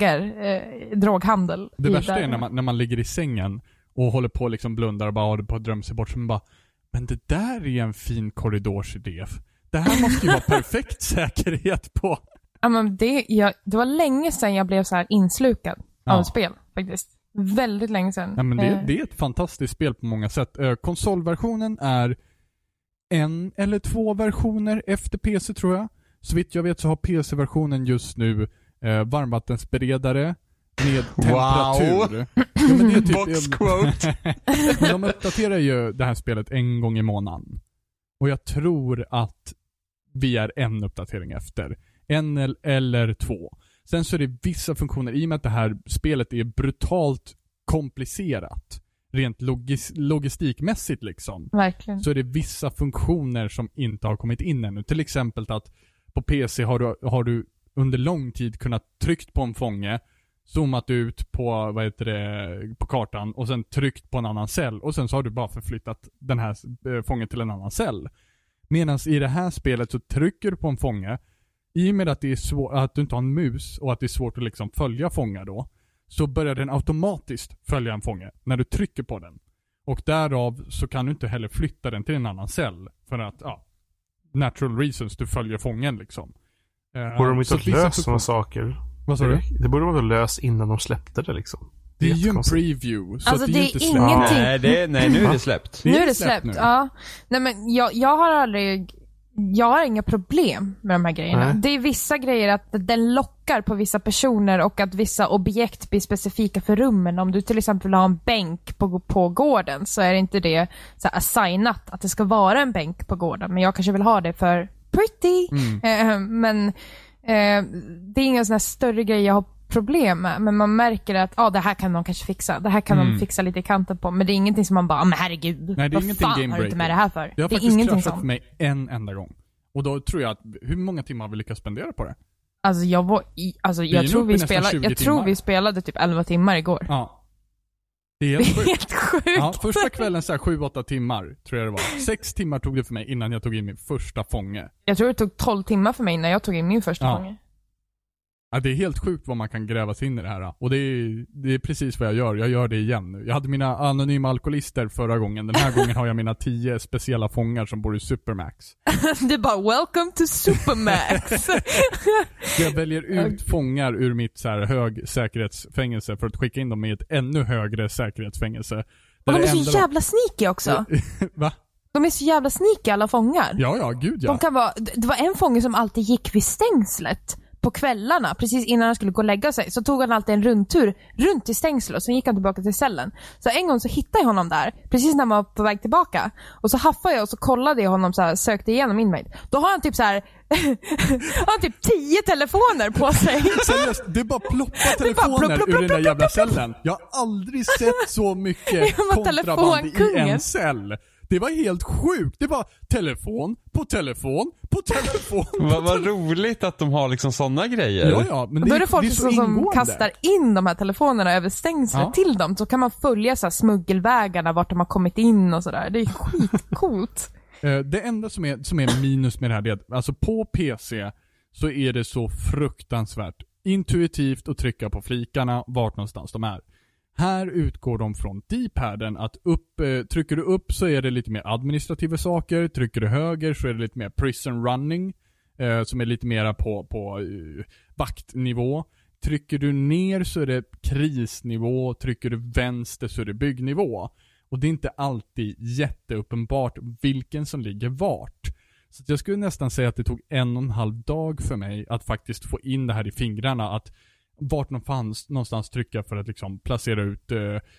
droghandel? Det värsta är när man ligger i sängen och håller på liksom blundar och bara håller på att drömma sig bort. Så man bara, men det där är en fin korridorsidé. Det här måste ju vara perfekt säkerhet på. Ja, men det var länge sedan jag blev så här inslukad av ett spel faktiskt. Väldigt länge sedan. Ja, men det är ett fantastiskt spel på många sätt. Konsolversionen är 1 eller 2 versioner efter PC tror jag. Så vitt jag vet så har PC-versionen just nu varmvattensberedare med temperatur. Wow. Ja, men det är typ, Boxquote. de uppdaterar ju det här spelet en gång i månaden. Och jag tror att vi är en uppdatering efter. 1 eller 2. Sen så är det vissa funktioner, i och med att det här spelet är brutalt komplicerat. Rent logistikmässigt liksom. Verkligen. Så är det vissa funktioner som inte har kommit in ännu. Till exempel att på PC har du under lång tid kunnat tryckt på en fånge, zoomat ut på på kartan och sen tryckt på en annan cell och sen så har du bara förflyttat den här fången till en annan cell. Medan i det här spelet så trycker du på en fånge, i och med att det är att du inte har en mus och att det är svårt att liksom följa fångar då, så börjar den automatiskt följa en fånge när du trycker på den. Och därav så kan du inte heller flytta den till en annan cell för att, natural reasons, du följer fången liksom. Borde de inte ha löst sådana saker? Vad sa du? Det borde de ha löst innan de släppte det liksom. Det är ju en preview. Så alltså att det är inte ingenting. Nej, nu är det släppt. Nu är det släppt, nu. ja. Nej men jag har inga problem med de här grejerna. Nej. Det är vissa grejer att den lockar på vissa personer och att vissa objekt blir specifika för rummen. Om du till exempel vill ha en bänk på gården så är det inte det så här assignat att det ska vara en bänk på gården. Men jag kanske vill ha det för pretty. Men det är ingen sån här större grej jag har problem med. Men man märker att det här kan de kanske fixa. Det här kan de fixa lite i kanten på. Men det är ingenting som man bara, men herregud. Nej, det är vad fan har du inte med det här för? Det har det är faktiskt ingenting kraschat för mig en enda gång. Och då tror jag att, hur många timmar har vi lyckats spendera på det? Alltså jag tror vi spelade typ 11 timmar igår. Ja. Det är helt sjukt. Helt sjukt. Ja, första kvällen så här 7-8 timmar tror jag det var. 6 timmar tog det för mig innan jag tog in min första fånge. Jag tror det tog 12 timmar för mig när jag tog in min första fånge. Ja, det är helt sjukt vad man kan gräva sig in i det här. Och det är precis vad jag gör. Jag gör det igen nu. Jag hade mina anonyma alkoholister förra gången. Den här gången har jag mina 10 speciella fångar som bor i Supermax. Du bara, welcome to Supermax. Jag väljer ut fångar ur mitt så här högsäkerhetsfängelse för att skicka in dem i ett ännu högre säkerhetsfängelse. Och de är så jävla sneaky också. Va? De är så jävla sneaky alla fångar. Ja, gud ja. De kan vara, det var en fånge som alltid gick vid stängslet på kvällarna, precis innan han skulle gå och lägga sig, så tog han alltid en rundtur runt till stängslet och sen gick han tillbaka till cellen. Så en gång så hittade jag honom där, precis när han var på väg tillbaka. Och så haffade jag och så kollade jag honom så här, sökte igenom inmate. Då har han typ så här har han typ 10 telefoner på sig. Seriöst, det bara ploppar telefoner ur den där jävla cellen. Jag har aldrig sett så mycket kontraband i en cell. Det var helt sjukt. Det var telefon på telefon på telefon. Vad roligt att de har liksom såna grejer. Ja, men då är det folk så som kastar in de här telefonerna över stängslet till dem. Så kan man följa så här smuggelvägarna vart de har kommit in och sådär. Det är skitcoolt. Det enda som är minus med det här är att alltså på PC så är det så fruktansvärt intuitivt att trycka på flikarna vart någonstans de är. Här utgår de från D-paden att trycker du upp så är det lite mer administrativa saker, trycker du höger så är det lite mer prison running som är lite mera på vaktnivå. Trycker du ner så är det krisnivå, trycker du vänster så är det byggnivå. Och det är inte alltid jätteuppenbart vilken som ligger vart. Så jag skulle nästan säga att det tog 1,5 dag för mig att faktiskt få in det här i fingrarna, att vart någonstans trycka för att liksom placera ut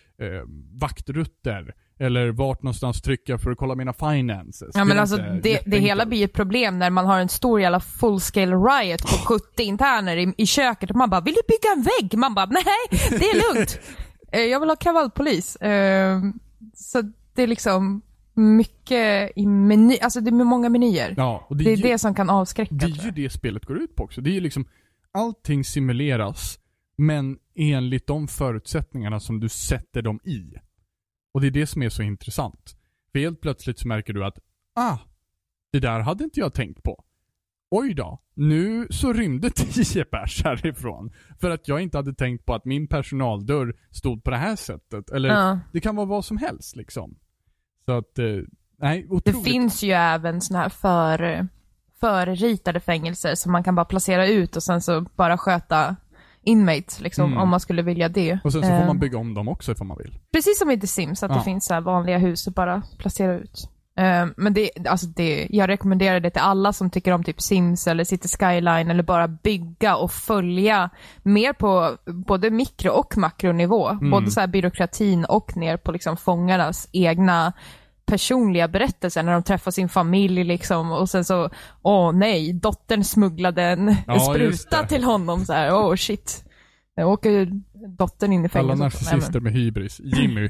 vaktrutter, eller vart någonstans trycka för att kolla mina finances. Ja, men alltså det hela blir ett problem när man har en stor jävla full-scale riot på 70 interner i köket och man bara, vill du bygga en vägg? Man bara, nej, det är lugnt. Jag vill ha kravallpolis. Så det är liksom mycket i meny, alltså det är många menyer. Ja, och det är det som kan avskräcka. Det är ju det spelet går ut på också. Det är ju liksom allting simuleras, men enligt de förutsättningarna som du sätter dem i. Och det är det som är så intressant. För helt plötsligt så märker du att det där hade inte jag tänkt på. Oj då, nu så rymde 10 pers härifrån. För att jag inte hade tänkt på att min personaldörr stod på det här sättet. Eller det kan vara vad som helst liksom. Så att, nej, otroligt. Det finns ju även såna här förritade fängelser som man kan bara placera ut och sen så bara sköta inmates liksom, om man skulle vilja det. Och sen så får man bygga om dem också ifall man vill. Precis som i The Sims, att det finns så här vanliga hus att bara placera ut. Men jag rekommenderar det till alla som tycker om typ Sims eller City Skyline eller bara bygga och följa mer på både mikro- och makronivå. Både så här byråkratin och ner på liksom fångarnas egna personliga berättelser när de träffar sin familj liksom, och sen så, nej, dottern smugglade en spruta till honom så här, shit. Jag åker dottern in i fängelse. Alla narcissister med hybris. Jimmy.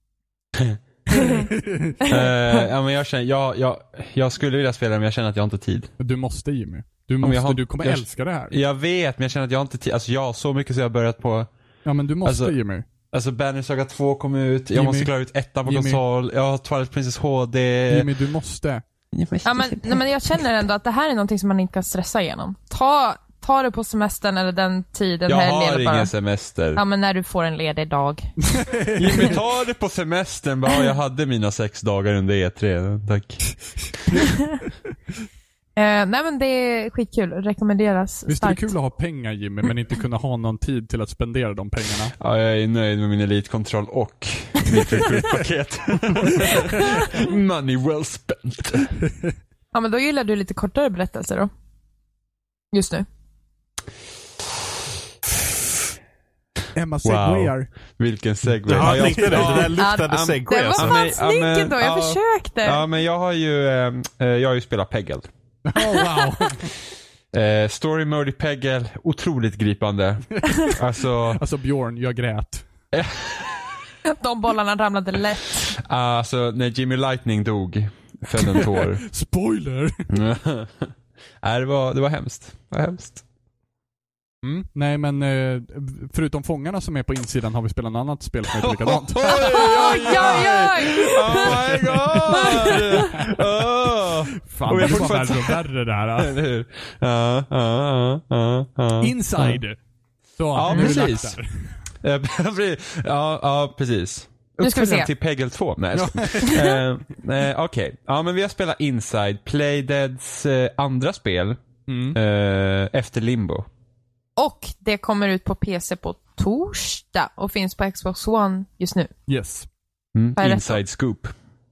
Ja, men jag skulle vilja spela men jag känner att jag inte har tid. Du måste, Jimmy. Du kommer älska det här. Jag vet, men jag känner att jag inte har tid. Alltså jag har så mycket så jag har börjat på. Ja, men du måste, Jimmy. Alltså Banner Saga 2 kom ut. Jag måste klara ut 1 på konsol. Jag har Twilight Princess HD. Jimmy, du måste. Ja, men jag känner ändå att det här är någonting som man inte kan stressa igenom. Ta det på semestern eller den tiden. Jag har ingen semester. Ja, men när du får en ledig dag. Jimmy, ta det på semestern. Jag hade mina 6 dagar under E3. Tack. Nej, men det är skitkul. Rekommenderas. Visst är det kul att ha pengar, Jimmy, men inte kunna ha någon tid till att spendera de pengarna? Ja, jag är nöjd med min elitkontroll och mitt recruit-paket. Money well spent. Ja, men då gillar du lite kortare berättelser då. Just nu. Emma segwayar. Wow. Vilken segway. Ja, jag tänkte det. Det där luktade segway. Det var fan snicket då. Jag försökte. Ja, men jag har ju spelat Peggle. Wow. Story mode i Peggle, otroligt gripande. Alltså Björn, jag grät. De bollarna ramlade lätt. Alltså när Jimmy Lightning dog föll en tår. Spoiler. Det var hemskt. Det var hemskt. Nej, men förutom fångarna som är på insidan har vi spelat ett annat spel som är likadant. Oj! Oh my god! Fan, det var värre och värre det här. Inside. Så, ja, precis. Ja, precis. Nu ska vi se. Till Peggle 2. Nej, okej. Ja, men vi har spelat Inside, Playdeads andra spel efter Limbo. Och det kommer ut på PC på torsdag och finns på Xbox One just nu. Yes. Inside Scoop.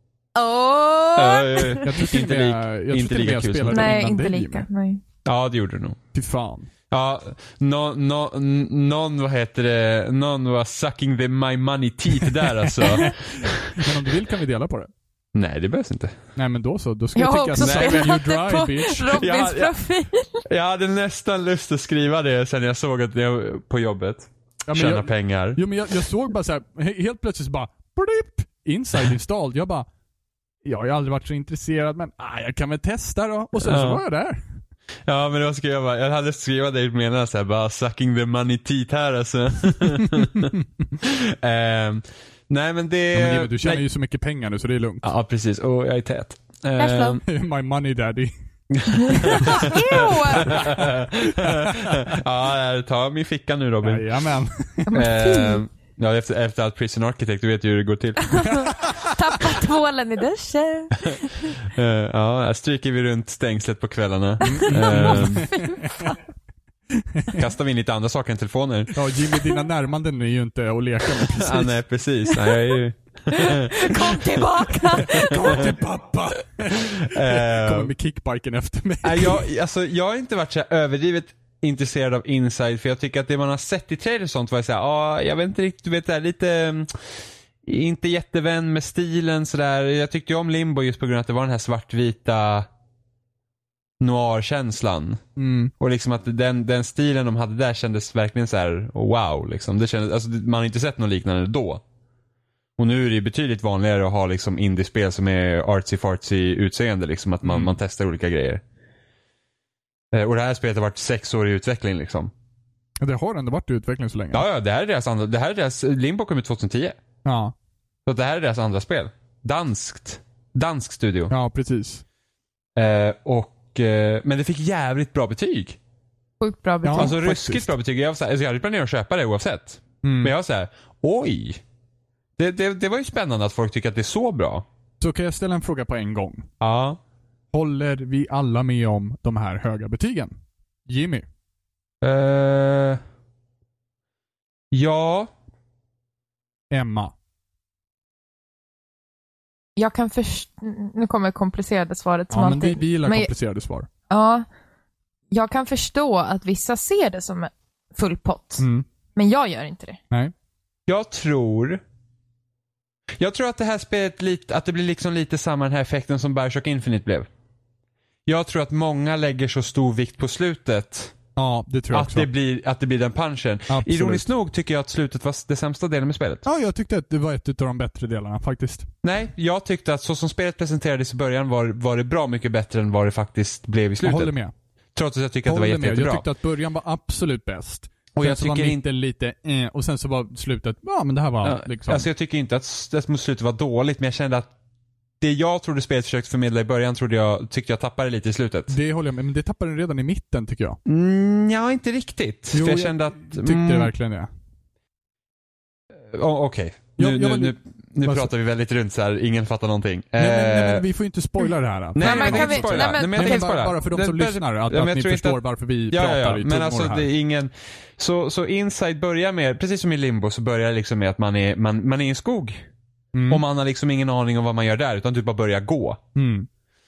Jag tror inte lika kul som nej, inte lika. Nej. Ja, det gjorde du nog. Fy fan. Ja, någon var sucking my money teeth där alltså. Men om du vill kan vi dela på det. Nej, det behövs inte. Nej, men då så. Då ska jag tycka också spelat det på Robins profil. Jag hade nästan lust att skriva det sen jag såg att jag på jobbet tjäna pengar. Jo, men jag såg bara så här, helt plötsligt så bara blip, inside installed. Jag bara, jag har aldrig varit så intresserad, men jag kan väl testa då. Och sen så var jag där. Ja, men då skrev jag hade skrivit det menar så här, bara sucking the money teeth här alltså. Nej, men det... Ja, men du tjänar ju så mycket pengar nu så det är lugnt. Ja, precis. Och jag är tät. My money daddy. Ja, ta min ficka nu, Robin. Jajamän. Ja, efter allt Prison Architect, du vet ju hur det går till. Tappa tvålen i duschen. Ja, stryker vi runt stängslet på kvällarna. Kastar vi in lite andra saker än telefoner. Ja, Jimmy, dina närmanden är ju inte att leka med precis. Ja, nej, precis. Nej, jag är ju... Kom tillbaka. Kom till pappa. Kommer med kickbiken efter mig. Jag har inte varit så överdrivet intresserad av Inside, för jag tycker att det man har sett i trailer och sånt var så här, jag vet inte riktigt, du vet det här, lite inte jättevän med stilen så där. Jag tyckte ju om Limbo just på grund av att det var den här svartvita noir-känslan. Och liksom att den stilen de hade där kändes verkligen så här wow liksom. Det kändes, alltså, man har inte sett något liknande då. Och nu är det betydligt vanligare att ha liksom indiespel som är artsy-fartsy utseende liksom, att man testar olika grejer. Och det här spelet har varit 6 år i utveckling liksom. Det har ändå varit i utveckling så länge. Ja, det här är deras Limbo kom ut 2010. Ja. Så det här är deras andra spel. Dansk studio. Ja, precis. Men det fick jävligt bra betyg. Sjukt bra betyg. Ja, Alltså faktiskt. ruskigt bra betyg. Jag hade planerat att köpa det oavsett. Mm. Men jag var så här: oj. Det var ju spännande att folk tycker att det är så bra. Så kan jag ställa en fråga på en gång. Ja. Håller vi alla med om de här höga betygen? Jimmy? Ja. Emma? Jag kan nu kommer komplicerade svaret som Ja, men alltid. vi gillar komplicerade svar. Ja, jag kan förstå att vissa ser det som full pott. Mm. Men jag gör inte det. Nej. Jag tror att det här spelet att det blir liksom lite samma den här effekten som Bioshock Infinite blev. Jag tror att många lägger så stor vikt på slutet. Ja, det tror jag också. Att det blir den punchen. Absolut. Ironiskt nog tycker jag att slutet var det sämsta delen med spelet. Ja, jag tyckte att det var ett av de bättre delarna faktiskt. Nej, jag tyckte att så som spelet presenterades i början var det bra mycket bättre än vad det faktiskt blev i slutet. Jag håller med. Trots att jag tycker att det var jättebra. Jag tyckte att början var absolut bäst. Och sen jag så var tycker mitten lite och sen så var slutet, ja men det här var liksom. Alltså jag tycker inte att slutet var dåligt, men jag kände att det jag trodde spelet försökte förmedla i början tyckte jag tappade lite i slutet. Det håller jag med, men det tappade den redan i mitten tycker jag. Ja, inte riktigt. Jo, för jag kände att... tyckte det verkligen det. Okej. Nu pratar vi väldigt runt så här. Ingen fattar någonting. Nej, men vi får ju inte spoila det här. Nej, men jag kan kan inte spoila. nej, men- Nej, men jag kan inte spoila. Bara för de som lyssnar, att ni förstår varför vi Ja, pratar i men alltså här. det är ingen... Så Inside börjar med, precis som i Limbo, så börjar det liksom med att man är i en skog. Mm. Och man har liksom ingen aning om vad man gör där, utan typ bara börjar gå. Mm.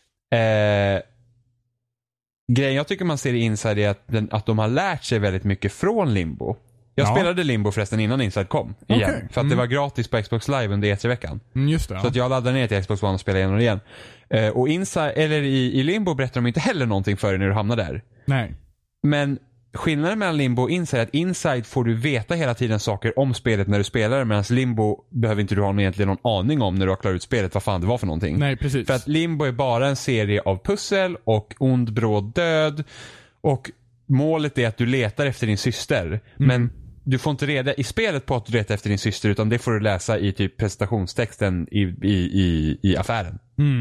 Grejen jag tycker man ser i Inside är att de har lärt sig väldigt mycket från Limbo. Jag spelade Limbo förresten innan Inside kom igen. Okay. För att det var gratis på Xbox Live under E3-veckan. Just det, ja. Så att jag laddade ner till Xbox One och spelade igenom det igen. Och Inside, eller i Limbo berättar de inte heller någonting för dig när du hamnar där. Nej. Men skillnaden mellan Limbo och Inside är att Inside får du veta hela tiden saker om spelet när du spelar det, medan Limbo behöver inte du ha egentligen någon aning om när du har klarat ut spelet vad fan det var för någonting. Nej, precis. För att Limbo är bara en serie av pussel och ond bråd död, och målet är att du letar efter din syster. Men du får inte reda i spelet på att du letar efter din syster, utan det får du läsa i typ presentationstexten i affären.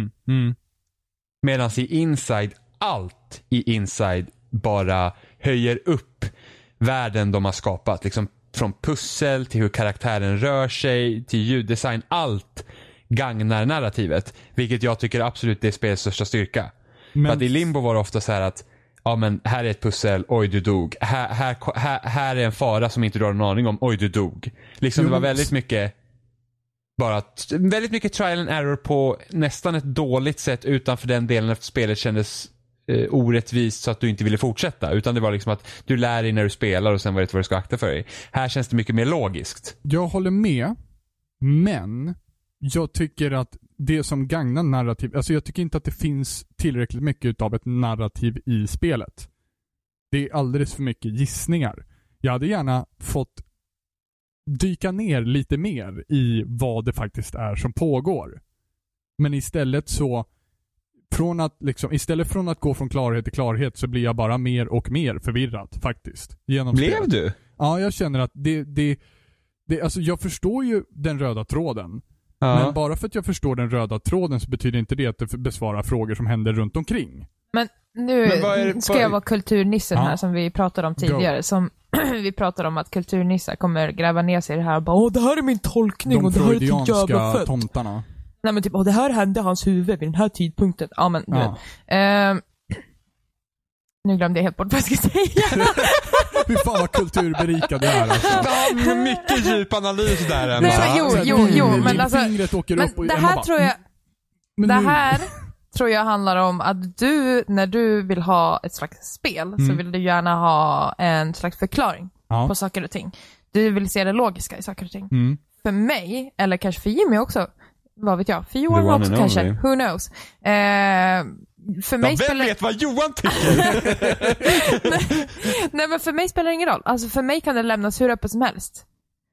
Medan i Inside, allt i Inside bara höjer upp världen de har skapat. Liksom från pussel till hur karaktären rör sig till ljuddesign. Allt gagnar narrativet. Vilket jag tycker absolut är spelets största styrka. Men... För att i Limbo var det ofta så här att ja, men här är ett pussel, oj du dog. Här är en fara som inte du har någon aning om, oj du dog. Liksom det var väldigt mycket trial and error på nästan ett dåligt sätt, utanför den delen efter spelet kändes orättvist så att du inte ville fortsätta, utan det var liksom att du lär dig när du spelar och sen vet vad du ska akta för dig. Här känns det mycket mer logiskt. Jag håller med, men jag tycker att det som gagnar narrativ, alltså jag tycker inte att det finns tillräckligt mycket av ett narrativ i spelet. Det är alldeles för mycket gissningar. Jag hade gärna fått dyka ner lite mer i vad det faktiskt är som pågår. Men istället så istället från att gå från klarhet till klarhet så blir jag bara mer och mer förvirrad faktiskt. Genom Blev spelet. du? Ja, jag känner att det alltså jag förstår ju den röda tråden. Ja. Men bara för att jag förstår den röda tråden så betyder inte det att det besvarar frågor som händer runt omkring. Men nu ska jag vara kulturnissen här som vi pratade om tidigare. Som vi pratade om att kulturnissar kommer gräva ner sig i det här och bara det här är min tolkning och det här är ett jävla fett. Tomtarna. Nej men typ, det här hände hans huvud vid den här tidpunkten. Ja men du vet. Nu glömde jag helt bort vad jag ska säga. Hur fan vad kulturberikad det är alltså. Mycket djup analys där. Nej men jo men alltså, men det här tror jag tror jag handlar om att du, när du vill ha ett slags spel så vill du gärna ha en slags förklaring på saker och ting. Du vill se det logiska i saker och ting. För mig, eller kanske för Jimmy också, vad vet jag, för Johan också kanske, who knows. För mig vem vet vad Johan tycker? Nej men för mig spelar det ingen roll. Alltså för mig kan det lämnas hur öppet som helst.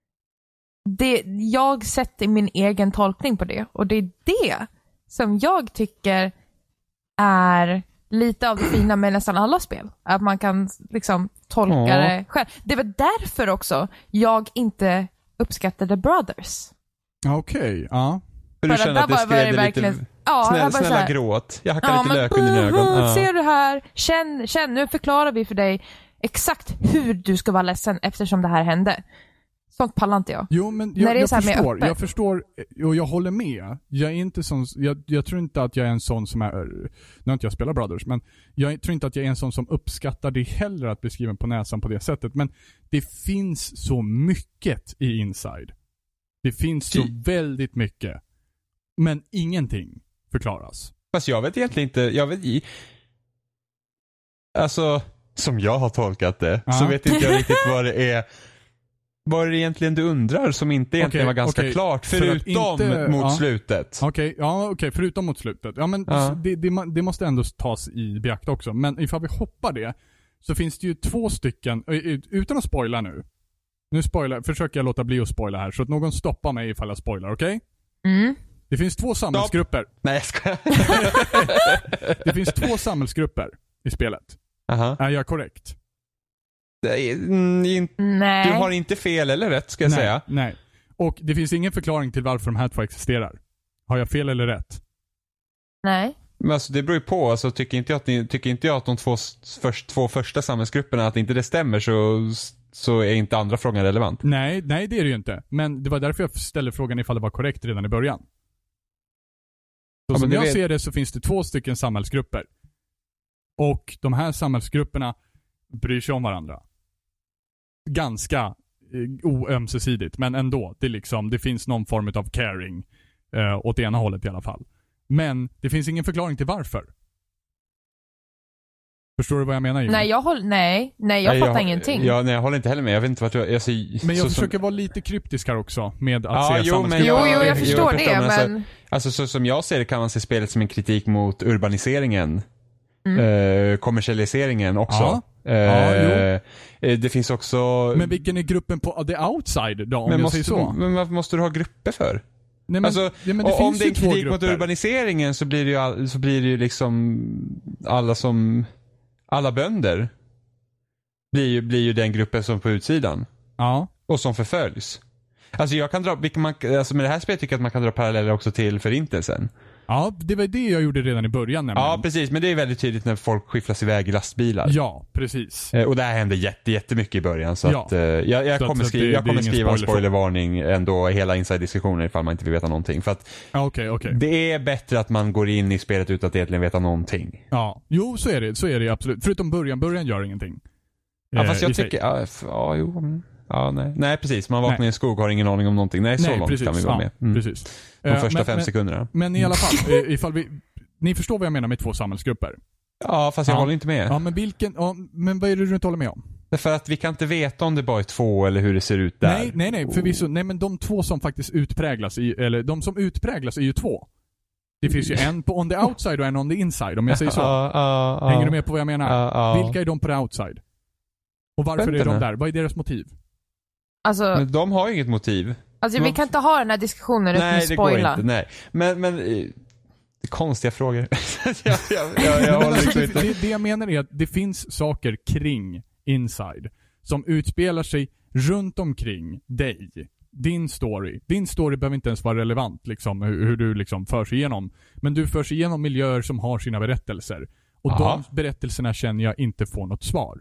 Jag sätter min egen tolkning på det. Och det är det som jag tycker är lite av det fina med nästan alla spel. Att man kan liksom tolka det själv. Det var därför också jag inte uppskattade Brothers. Okej, ja. För du känner att det skrädde lite... Snälla gråt. Jag hackar lite lök under dina ögon. Ser du här? Känn, nu förklarar vi för dig exakt hur du ska vara ledsen eftersom det här hände. Sånt pallar inte jag. Jo, men jag förstår och jag håller med. Jag är inte sån, jag tror inte att jag är en sån som är, nu har inte jag spelat Brothers, men jag tror inte att jag är en sån som uppskattar det heller att beskriva på näsan på det sättet. Men det finns så mycket i Inside. Det finns så väldigt mycket. Men ingenting förklaras. Fast jag vet egentligen inte, alltså, som jag har tolkat det, så vet inte jag riktigt vad det är. Vad är det egentligen du undrar som inte egentligen var ganska klart, förutom mot slutet? Okej, förutom mot slutet. Ja, men det måste ändå tas i beakt också. Men ifall vi hoppar det, så finns det ju 2 stycken, utan att spoila nu. Försöker jag låta bli att spoila här, så att någon stoppar mig ifall jag spoilar, okej? Det finns 2 samhällsgrupper. Nej, jag ska. Det finns 2 samhällsgrupper i spelet. Är jag korrekt? Nej. Du har inte fel eller rätt, ska jag säga. Nej. Och det finns ingen förklaring till varför de här 2 existerar. Har jag fel eller rätt? Nej. Men alltså, det beror ju på. Alltså, tycker inte jag att de 2 första samhällsgrupperna, att inte det stämmer, så är inte andra frågan relevant. Nej, det är det ju inte. Men det var därför jag ställde frågan ifall det var korrekt redan i början. Så som jag ser det, så finns det 2 stycken samhällsgrupper. Och de här samhällsgrupperna bryr sig om varandra. Ganska oömsesidigt, men ändå. Det finns någon form av caring åt ena hållet i alla fall. Men det finns ingen förklaring till varför. Förstår du vad jag menar? Nej, jag fattar ingenting. Jag håller inte heller med. Jag vet inte vart jag men jag försöker vara lite kryptisk här också med att se jag förstår det, men alltså så som jag ser det, kan man se spelet som en kritik mot urbaniseringen. Kommersialiseringen också. Det finns också... Men vilken är gruppen på The Outside då, om jag säger så? Men vad måste du ha grupper för? Nej, men, alltså, men det om finns det är en kritik mot urbaniseringen, så blir det ju liksom alla bönder blir ju den gruppen som på utsidan. Ja. Och som förföljs. Alltså jag kan dra, med det här spelet tycker jag att man kan dra paralleller också till Förintelsen. Ja, det var det jag gjorde redan i början nämligen. Ja, precis. Men det är väldigt tydligt när folk skifflas iväg i lastbilar. Ja, precis. Och det här hände jättemycket i början. Så att, jag kommer skriva en spoilervarning ändå hela inside-diskussionen ifall man inte vill veta någonting. För att det är bättre att man går in i spelet utan att egentligen veta någonting. Ja, jo så är det absolut. Förutom början gör ingenting. Ja, fast jag tycker... Nej, precis. Man vaknar i en skog och har ingen aning om någonting. Nej, så långt kan vi vara med. Precis. De första 5 sekunderna. Men i alla fall, ifall ni förstår vad jag menar med 2 samhällsgrupper. Ja, fast jag håller inte med. Ja, men vad är det du inte håller med om? Därför att vi kan inte veta om det bara är 2 eller hur det ser ut där. Nej, förvisso. Nej, men de 2 som faktiskt utpräglas eller de som utpräglas är ju 2. Det finns ju en på on the outside och en on the inside, om jag säger så. Hänger du med på vad jag menar? Vilka är de på the outside? Och varför är de där? Vad är deras motiv? Alltså, men de har ju inget motiv. Alltså vi kan inte ha den här diskussionen utan att spoila. Nej, det går inte. Men det är konstiga frågor. jag alltså, det jag menar är att det finns saker kring Inside som utspelar sig runt omkring dig. Din story behöver inte ens vara relevant liksom, hur du liksom förs igenom. Men du förs igenom miljöer som har sina berättelser. Och de berättelserna känner jag inte får något svar.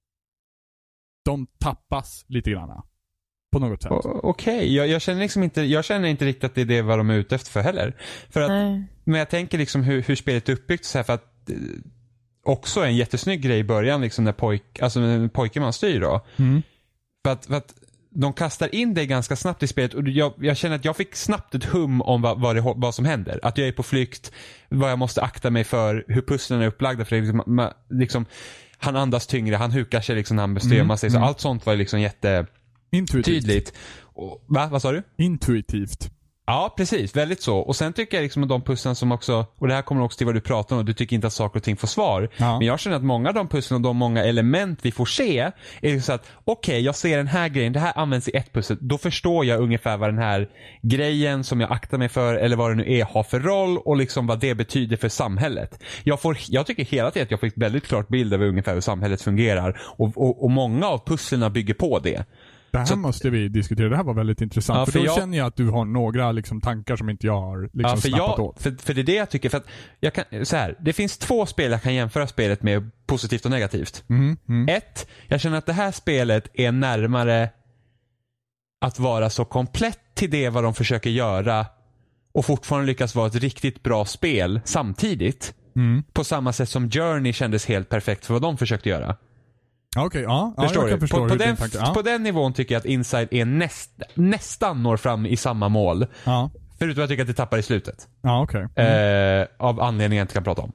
De tappas lite grann. På något sätt. Okej. Jag känner inte riktigt att det är det vad de är ute efter för heller. För att, men jag tänker liksom hur spelet är uppbyggt så här, för att också en jättesnygg grej i början liksom när pojken man styr då. För att de kastar in det ganska snabbt i spelet och jag känner att jag fick snabbt ett hum om vad som händer. Att jag är på flykt, vad jag måste akta mig för, hur pusslen är upplagda för det liksom han andas tyngre, han hukar sig liksom när han bestämmer sig. Så allt sånt var liksom tydligt. Vad sa du? Intuitivt. Ja, precis. Väldigt så. Och sen tycker jag liksom att de pusslen som också, och det här kommer också till vad du pratar om, och du tycker inte att saker och ting får svar. Ja. Men jag känner att många av de pusslen och de många element vi får se är så att okej, jag ser den här grejen, det här används i ett pussel. Då förstår jag ungefär vad den här grejen som jag aktar mig för, eller vad det nu är, har för roll och liksom vad det betyder för samhället. Jag tycker hela tiden att jag får ett väldigt klart bild av ungefär hur samhället fungerar. Och många av pusslerna bygger på det. Det här måste vi diskutera. Det här var väldigt intressant. För då känner jag att du har några liksom tankar som inte jag har liksom snappat åt. För det är det jag tycker. För att jag kan, så här, det finns 2 spel jag kan jämföra spelet med positivt och negativt. 1, jag känner att det här spelet är närmare att vara så komplett till det vad de försöker göra och fortfarande lyckas vara ett riktigt bra spel samtidigt. På samma sätt som Journey kändes helt perfekt för vad de försökte göra. Okej, ja. Förstår jag kan förstå på den nivån tycker jag att Inside är nästan når fram i samma mål. Ja. Förutom att jag tycker att det tappar i slutet. Ja, okej. Av anledningar jag inte kan prata om.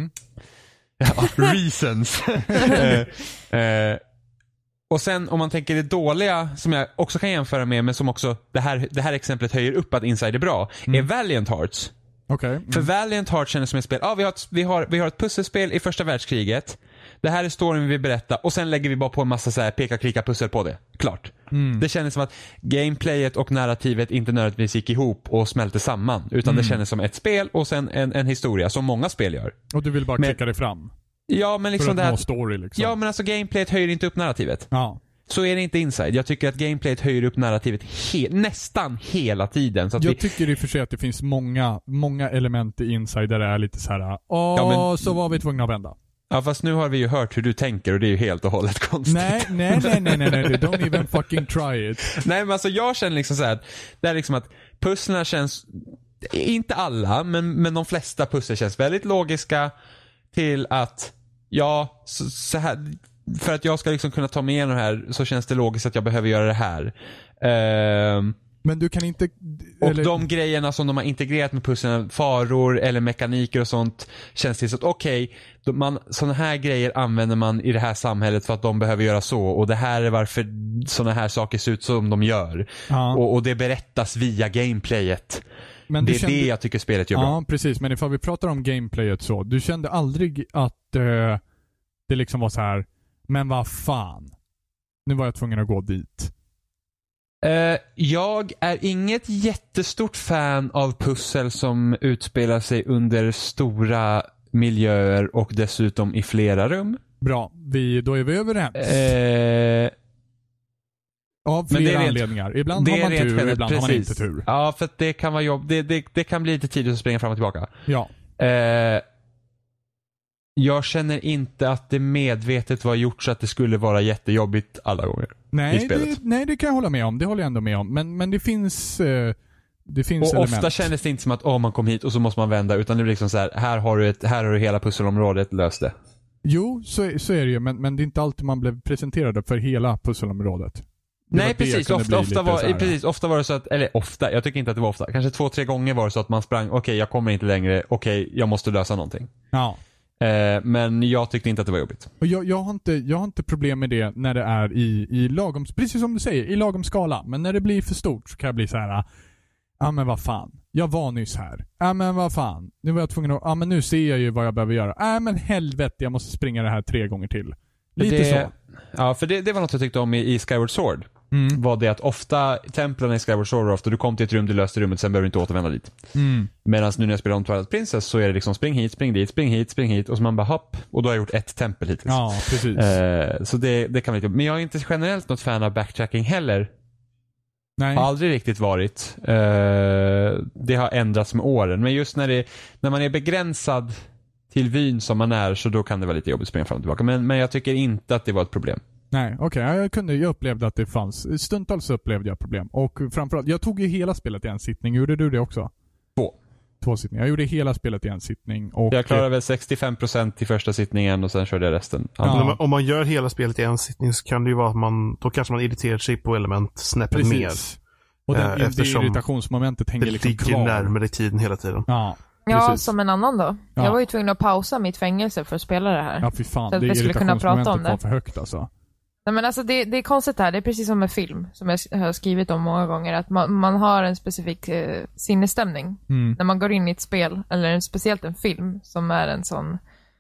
Reasons. Och sen om man tänker det dåliga som jag också kan jämföra med, men som också det här exemplet höjer upp att Inside är bra, är Valiant Hearts. Okay. För Valiant Hearts känns som ett spel. Vi har ett pusselspel i första världskriget. Det här är storyn vi vill berätta. Och sen lägger vi bara på en massa så här peka-klicka-pussel på det. Klart. Det kändes som att gameplayet och narrativet inte nödvändigtvis gick ihop och smälte samman. Utan det kändes som ett spel och sen en historia som många spel gör. Och du vill bara klicka dig fram. Ja, men liksom för att nå story liksom. Ja, men alltså gameplayet höjer inte upp narrativet. Ja. Så är det inte Inside. Jag tycker att gameplayet höjer upp narrativet nästan hela tiden. Så att jag tycker i och för sig att det finns många element i Inside där det är lite så här. Så var vi tvungna att vända. Ja, fast nu har vi ju hört hur du tänker och det är ju helt och hållet konstigt. Nej. Don't even fucking try it. Nej, men alltså jag känner liksom så här, det är liksom att pusslarna känns, inte alla, men de flesta pussel känns väldigt logiska till att så här, för att jag ska liksom kunna ta mig igenom det här så känns det logiskt att jag behöver göra det här. Men du kan inte... Och de grejerna som de har integrerat med pusslen, faror eller mekaniker och sånt, känns det så att okej, såna här grejer använder man i det här samhället för att de behöver göra så. Och det här är varför såna här saker ser ut som de gör. Ja. Och det berättas via gameplayet. Men det är det jag tycker spelet gör bra. Ja, precis. Men ifall vi pratar om gameplayet så, du kände aldrig att det liksom var så här, men vad fan, nu var jag tvungen att gå dit. Jag är inget jättestort fan av pussel som utspelar sig under stora miljöer och dessutom i flera rum. Bra, då är vi överens. Av flera anledningar. Ibland har man tur, ibland har man inte tur. Ja, för att det kan vara jobb. Det kan bli lite tidigt att springa fram och tillbaka. Ja. Jag känner inte att det medvetet var gjort så att det skulle vara jättejobbigt alla gånger. Nej, det kan jag hålla med om. Det håller jag ändå med om. Men det finns och element. Ofta kändes det inte som att man kom hit och så måste man vända, utan det är liksom så här har du hela pusselområdet, löst det. Jo, så är det ju, men det är inte alltid man blev presenterad för hela pusselområdet. Nej, precis. Ofta var det så att, eller ofta, jag tycker inte att det var ofta. Kanske 2-3 gånger var det så att man sprang, okej, jag kommer inte längre, okej, jag måste lösa någonting. Ja. Men jag tyckte inte att det var jobbigt. Och jag har inte problem med det när det är i lagom, precis som du säger, i lagom skala. Men när det blir för stort så kan jag bli så här: men vad fan, jag var nyss här. Men vad fan, nu var jag tvungen att, men nu ser jag ju vad jag behöver göra. Men helvete, jag måste springa det här 3 gånger till. Lite så. Ja, för det var något jag tyckte om i Skyward Sword. Var det att ofta templen i Skyward Sword, ofta du kom till ett rum, du löste rummet, sen behöver du inte återvända dit. Medan nu när jag spelar om Twilight Princess så är det liksom spring hit, spring dit, spring hit, spring hit, och så man bara hopp, och då har jag gjort ett tempel hittills. Ja, precis. Så det kan vi inte. Men jag är inte generellt något fan av backtracking heller. Nej. Har aldrig riktigt varit. Det har ändrats med åren. Men just när man är begränsad till vyn som man är, så då kan det vara lite jobbigt att springa fram och tillbaka. Men jag tycker inte att det var ett problem. Nej, okej. Jag upplevde att det fanns. Stundtals upplevde jag problem. Och framförallt, jag tog ju hela spelet i en sittning. Gjorde du det också? 2 sittningar. Jag gjorde hela spelet i en sittning. Och jag klarade väl 65% i första sittningen och sen körde jag resten. Ja. Om man gör hela spelet i en sittning så kan det ju vara att då kanske man irriterar sig på element snäppet mer. Och det irritationsmomentet hänger liksom kvar. Det ligger närmare tiden hela tiden. Ja, som en annan då. Ja. Jag var ju tvungen att pausa mitt fängelse för att spela det här. Ja, fy fan. Så att vi skulle kunna prata om det. Var för högt alltså. Nej, men alltså det är konstigt här. Det är precis som med film, som jag har skrivit om många gånger, att man har en specifik sinnesstämning när man går in i ett spel, eller speciellt en film som är en sån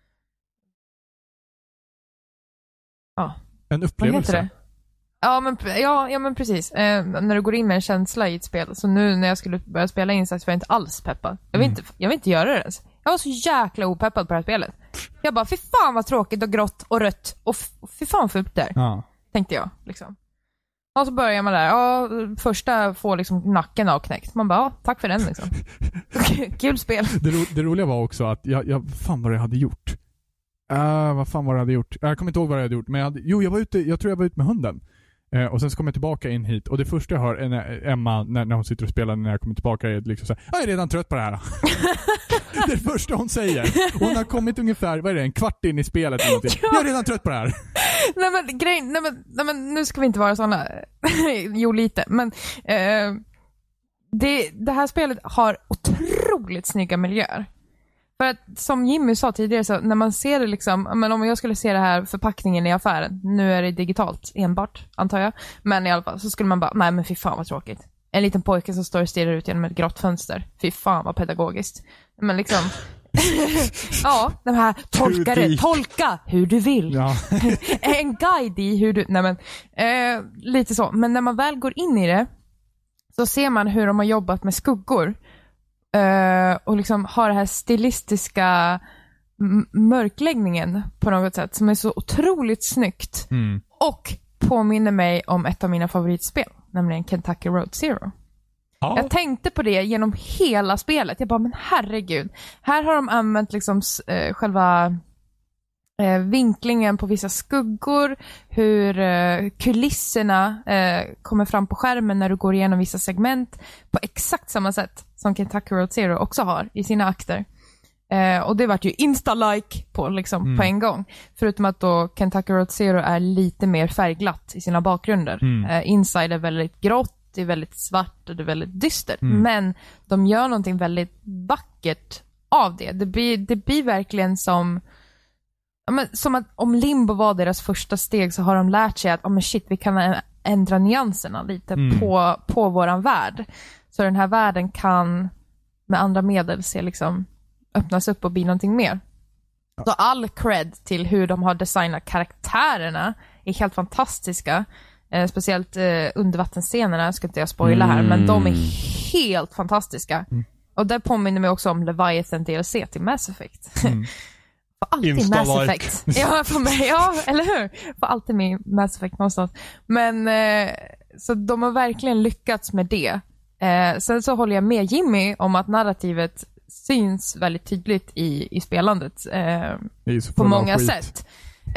en upplevelse. Ja, men precis. När du går in med en känsla i ett spel. Så nu när jag skulle börja spela Inside var jag inte alls peppad. Jag vill inte göra det ens. Jag var så jäkla opeppad på det här spelet. Jag bara, fy fan vad tråkigt och grått och rött. Och fy fan för upp där. Ja. Tänkte jag liksom. Och så börjar man där. Första får liksom nacken avknäckt. Man bara, tack för den liksom. Kul spel. Det roliga var också att jag fan vad jag hade gjort. Vad fan var det jag hade gjort? Jag kommer inte ihåg vad jag hade gjort. Men jag tror jag var ute med hunden. Och sen så kom jag tillbaka in hit. Och det första jag hör Emma när hon sitter och spelar, när jag kommer tillbaka, är liksom såhär, jag är redan trött på det här. Det är det första hon säger. Hon har kommit ungefär, vad är det, en kvart in i spelet eller någonting. Jag är redan trött på det här. Nej men nu ska vi inte vara såna. Jo, lite. Men det här spelet har otroligt snygga miljöer. För att som Jimmy sa tidigare, så när man ser det liksom, men om jag skulle se det här förpackningen i affären, nu är det digitalt enbart antar jag, men i alla fall så skulle man bara, nej men fy fan vad tråkigt. En liten pojke som står och stirrar ut genom ett grått fönster. Fy fan vad pedagogiskt. Men liksom ja, de här tolka hur du vill. Ja. En guide i hur du, nej men lite så, men när man väl går in i det så ser man hur de har jobbat med skuggor. Och liksom har det här stilistiska mörkläggningen på något sätt som är så otroligt snyggt och påminner mig om ett av mina favoritspel, nämligen Kentucky Road Zero. Jag tänkte på det genom hela spelet. Jag bara, men herregud, här har de använt liksom själva vinklingen på vissa skuggor, hur kulisserna kommer fram på skärmen när du går igenom vissa segment på exakt samma sätt som Kentucky Road Zero också har i sina akter. Och det vart ju insta-like på, liksom, på en gång. Förutom att då Kentucky Road Zero är lite mer färgglatt i sina bakgrunder. Inside är väldigt grått, det är väldigt svart och det är väldigt dystert. Men de gör någonting väldigt vackert av det. Det blir verkligen som att om Limbo var deras första steg, så har de lärt sig att vi kan ändra nyanserna lite på våran värld. Så den här världen kan med andra medel liksom öppnas upp och bli någonting mer. Så all cred till hur de har designat karaktärerna är helt fantastiska. Speciellt undervattensscenerna ska inte jag spoila här, men de är helt fantastiska. Och det påminner mig också om Leviathan DLC till Mass Effect. För alltid Mass Effect. Ja, för mig, ja, eller hur? För alltid med Mass Effect någonstans. Men så de har verkligen lyckats med det. Sen så håller jag med Jimmy om att narrativet syns väldigt tydligt i spelandet på många sätt.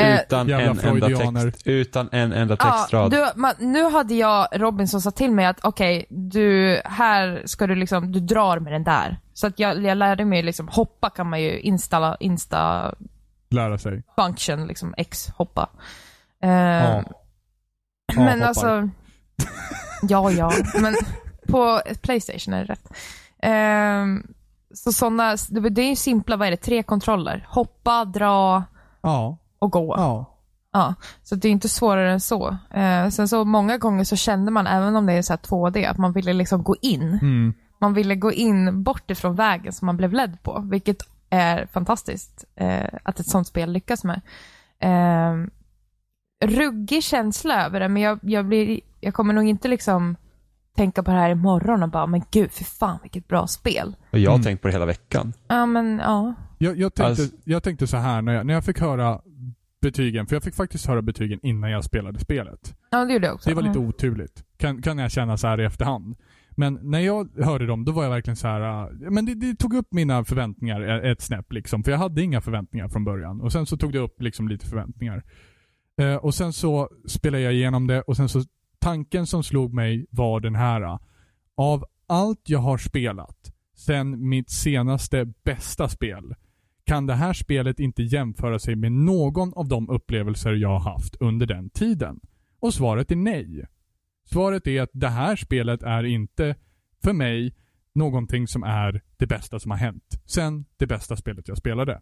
Utan en enda textrad. Nu hade jag Robin som sa till mig att okej, du här ska du liksom, du drar med den där. Så att jag lärde mig liksom, hoppa kan man ju insta lära sig. Function liksom, X hoppa. Men alltså ja, men på PlayStation är det rätt. Så sådana, det är ju simpla, vad är det? 3 kontroller. Hoppa, dra och gå. Ja, så det är inte svårare än så. Sen så många gånger så kände man, även om det är så här 2D, att man ville liksom gå in. Man ville gå in bort ifrån vägen som man blev ledd på, vilket är fantastiskt att ett sånt spel lyckas med. Ruggig känsla över det, men jag kommer nog inte liksom tänka på det här imorgon och bara, men gud, för fan vilket bra spel. Och jag har tänkt på det hela veckan. Ja, men ja. Jag tänkte så här när jag fick höra betygen, för jag fick faktiskt höra betygen innan jag spelade spelet. Ja, det gjorde jag också. Det var lite oturligt. Kan jag känna så här i efterhand. Men när jag hörde dem, då var jag verkligen så här, men det tog upp mina förväntningar ett snäpp liksom, för jag hade inga förväntningar från början. Och sen så tog det upp liksom lite förväntningar. Och sen så spelade jag igenom det, och sen så tanken som slog mig var den här: av allt jag har spelat sen mitt senaste bästa spel, kan det här spelet inte jämföra sig med någon av de upplevelser jag har haft under den tiden? Och svaret är nej. Svaret är att det här spelet är inte för mig någonting som är det bästa som har hänt sen det bästa spelet jag spelade.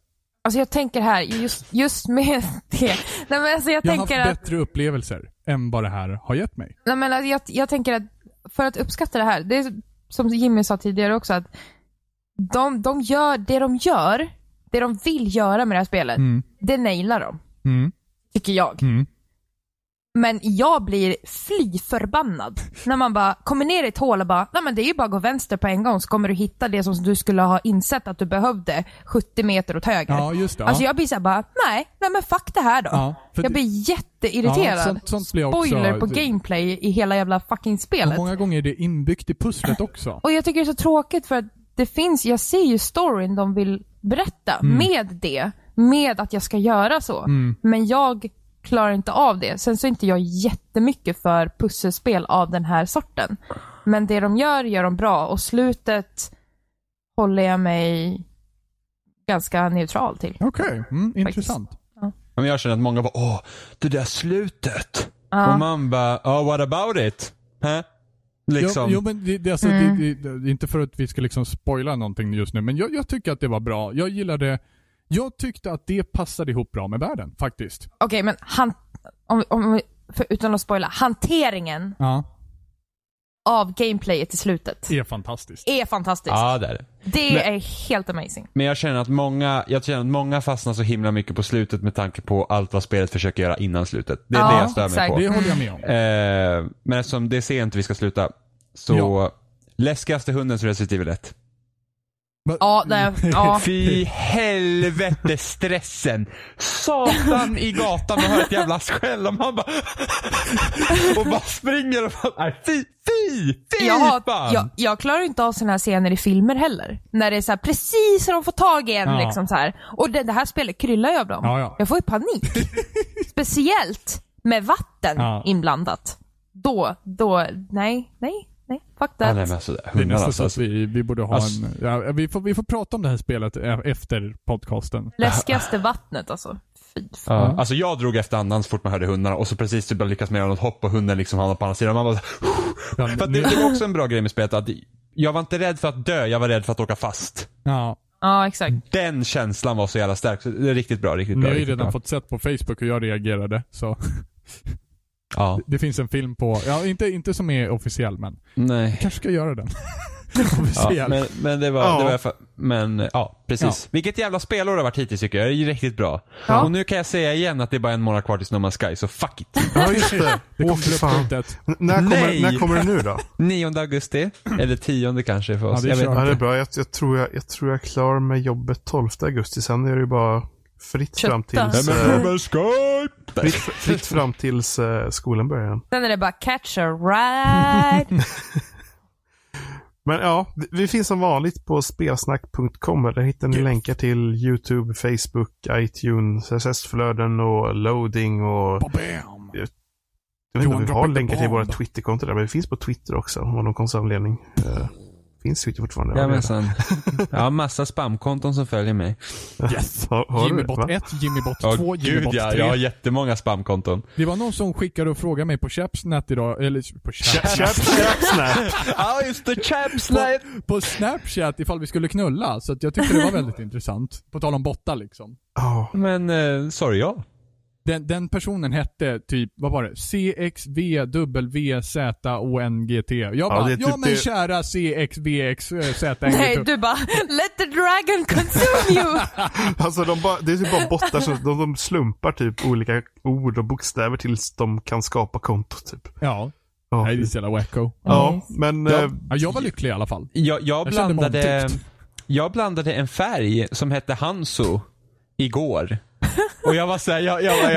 Alltså jag tänker här, just med det. Nej, men alltså jag har tänker haft bättre upplevelser än vad det här har gett mig. Nej, men alltså jag tänker att för att uppskatta det här, det är som Jimmy sa tidigare också, att de gör det de vill göra med det här spelet. Det nailar de. Tycker jag. Men jag blir fly förbannad när man bara kommer ner i ett hål och bara, nej men det är ju bara att gå vänster på en gång så kommer du hitta det som du skulle ha insett att du behövde 70 meter åt höger. Ja, just det. Alltså jag blir så här bara, nej men fuck det här då. Ja, jag blir jätteirriterad. Sånt blir Spoiler också, på gameplay i hela jävla fucking spelet. Och många gånger är det inbyggt i pusslet också. Och jag tycker det är så tråkigt för att det finns, jag ser ju storyn de vill berätta med att jag ska göra så. Men jag klarar inte av det. Sen så är inte jag jättemycket för pusselspel av den här sorten. Men det de gör de bra. Och slutet håller jag mig ganska neutral till. Okej, intressant. Ja. Men jag känner att många bara, det där slutet. Och man bara, what about it? Liksom. Jo, men det är inte för att vi ska liksom spoila någonting just nu. Men jag tycker att det var bra. Jag gillade. Jag tyckte att det passade ihop bra med världen, faktiskt. Okej, men utan att spoila, hanteringen av gameplayet i slutet är fantastiskt. Ja, det är det. Det är helt amazing. Men jag känner att många fastnar så himla mycket på slutet med tanke på allt vad spelet försöker göra innan slutet. Det är det jag stör mig på. Det håller jag med om. Men eftersom det ser inte vi ska sluta, så läskigaste hunden som Resident Evil 1. Fy helvete stressen. Satan i gatan och hör ett jävla skäll och man bara och bara springer och bara, fy jag klarar inte av såna här scener i filmer heller. När det är så här, precis när de får tag i en liksom så här. Och det här spelet kryllar ju av dem. Jag får ju panik. Speciellt med vatten inblandat. Då nej, fuck that. Nej, men alltså, det är nästan så att vi borde ha vi får prata om det här spelet efter podcasten. Läskigaste vattnet alltså. Alltså jag drog efter andan så fort man hörde hundarna och så precis typ lyckas med något hopp och hunden liksom hamnade på andra sidan. Man bara för att det var också en bra grej med spelet att jag var inte rädd för att dö, jag var rädd för att åka fast. Ja, exakt. Den känslan var så jävla stark. Så det är riktigt bra. Ni har ju redan fått sett på Facebook hur jag reagerade så. Ja. Det finns en film på, inte som är officiell, men nej. Kanske ska göra den. Men det var men precis. Ja. Vilket jävla spelår det har varit hittills tycker jag. Det är ju riktigt bra. Ja. Och nu kan jag säga igen att det är bara en månad kvar till No Man's Sky, så fuck it. Ja, just det. När kommer det nu då? 9 augusti eller 10 kanske för oss. Det är bra. Jag tror jag klarar med jobbet 12 augusti. Sen är det ju bara fritt fram tills fritt fram tills skolan börjar. Sen är det bara catch a ride. Men vi finns som vanligt på spelsnack.com. Där hittar ni länkar till YouTube, Facebook, iTunes, SS-flöden och loading och jag vet inte om vi har länkar till våra Twitterkonto där, men vi finns på Twitter också av någon konstig anledning. Finns Twitter fortfarande? Ja, men sen, jag har massa spamkonton som följer mig. Yes. Jimmybot 1, Jimmybot 2, Jimmybot 3. Jag har jättemånga spamkonton. Det var någon som skickade och frågade mig på Chapsnap idag, eller på Chapsnap. Ja, just det, Chapsnap. På Snapchat ifall vi skulle knulla, så att jag tyckte det var väldigt intressant. På tal om bottar liksom. Men, sorry Den personen hette typ, vad var det? CXVWZONGT. Jag bara, men kära CXVXZNGT. Nej, du bara, let the dragon consume you. Alltså det är typ bara bottar som de slumpar typ olika ord och bokstäver tills de kan skapa konto typ. Ja. Nej, det är så jävla wacko. Ja, men jag var lycklig i alla fall. Jag blandade en färg som hette Hanzo igår. Och jag var såhär,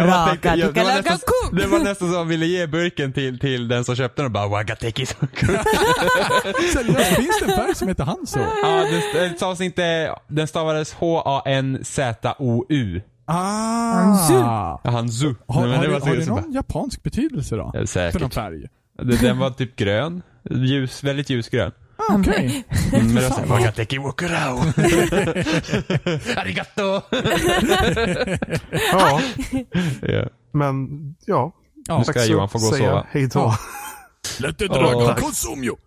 det var nästan som jag ville ge burken till den som köpte den och bara Wagateki. Seriöst, finns det en färg som heter Hanzo? Ja, det stavas inte, den stavades Hanzou. Hanzo. Har det någon japansk betydelse då? Ja, säkert. För någon färg? Den var typ grön, väldigt ljusgrön. Okej. Men jag sa Wagateki wokurao. Arigato. Men nu ska Johan få gå och sova. Hej då. Let the dragon consume you.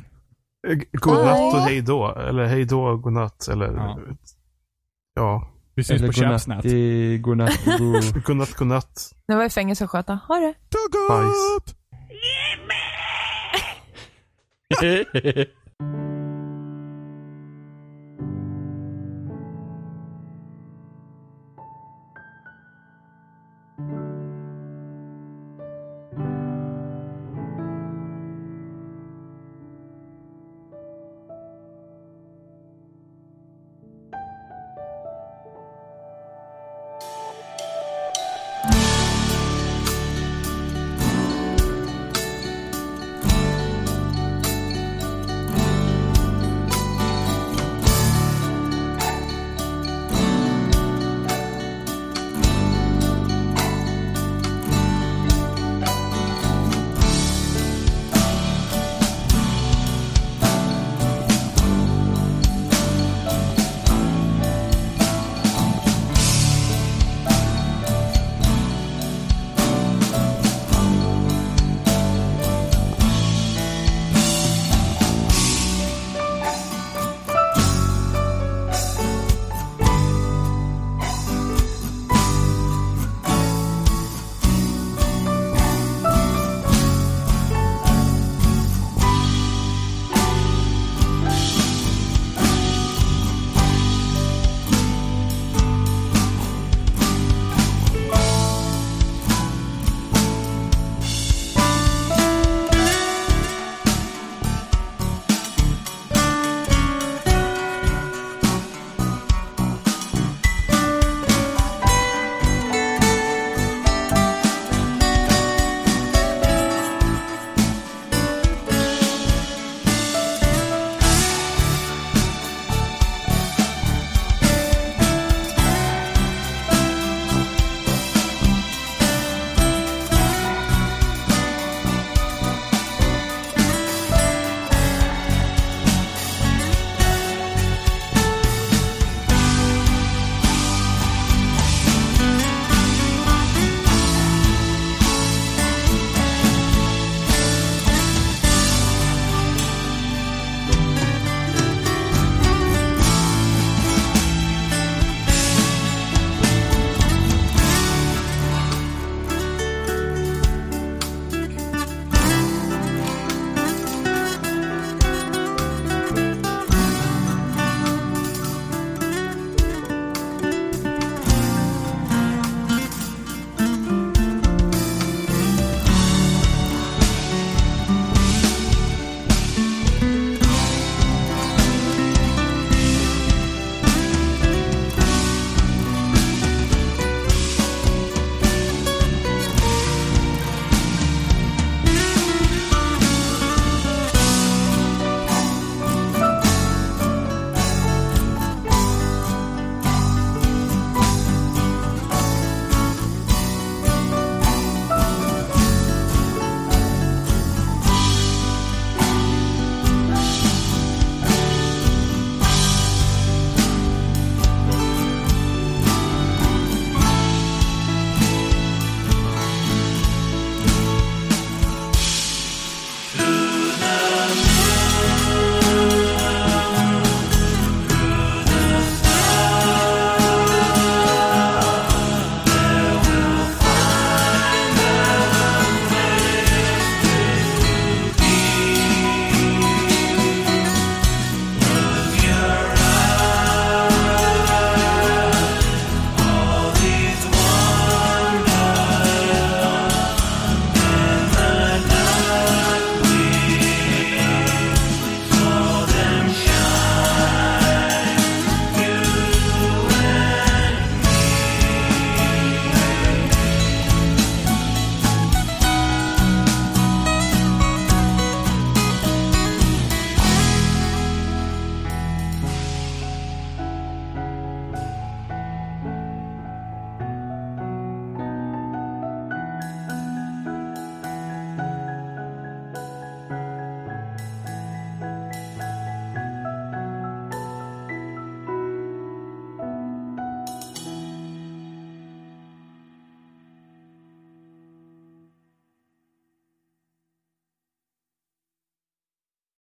Godnatt och hej då. Eller hej då, godnatt. Eller Vi syns på Chapsnat. Godnatt. Det var i fängelse att sköta. Ha det. Ta gott! Bajs.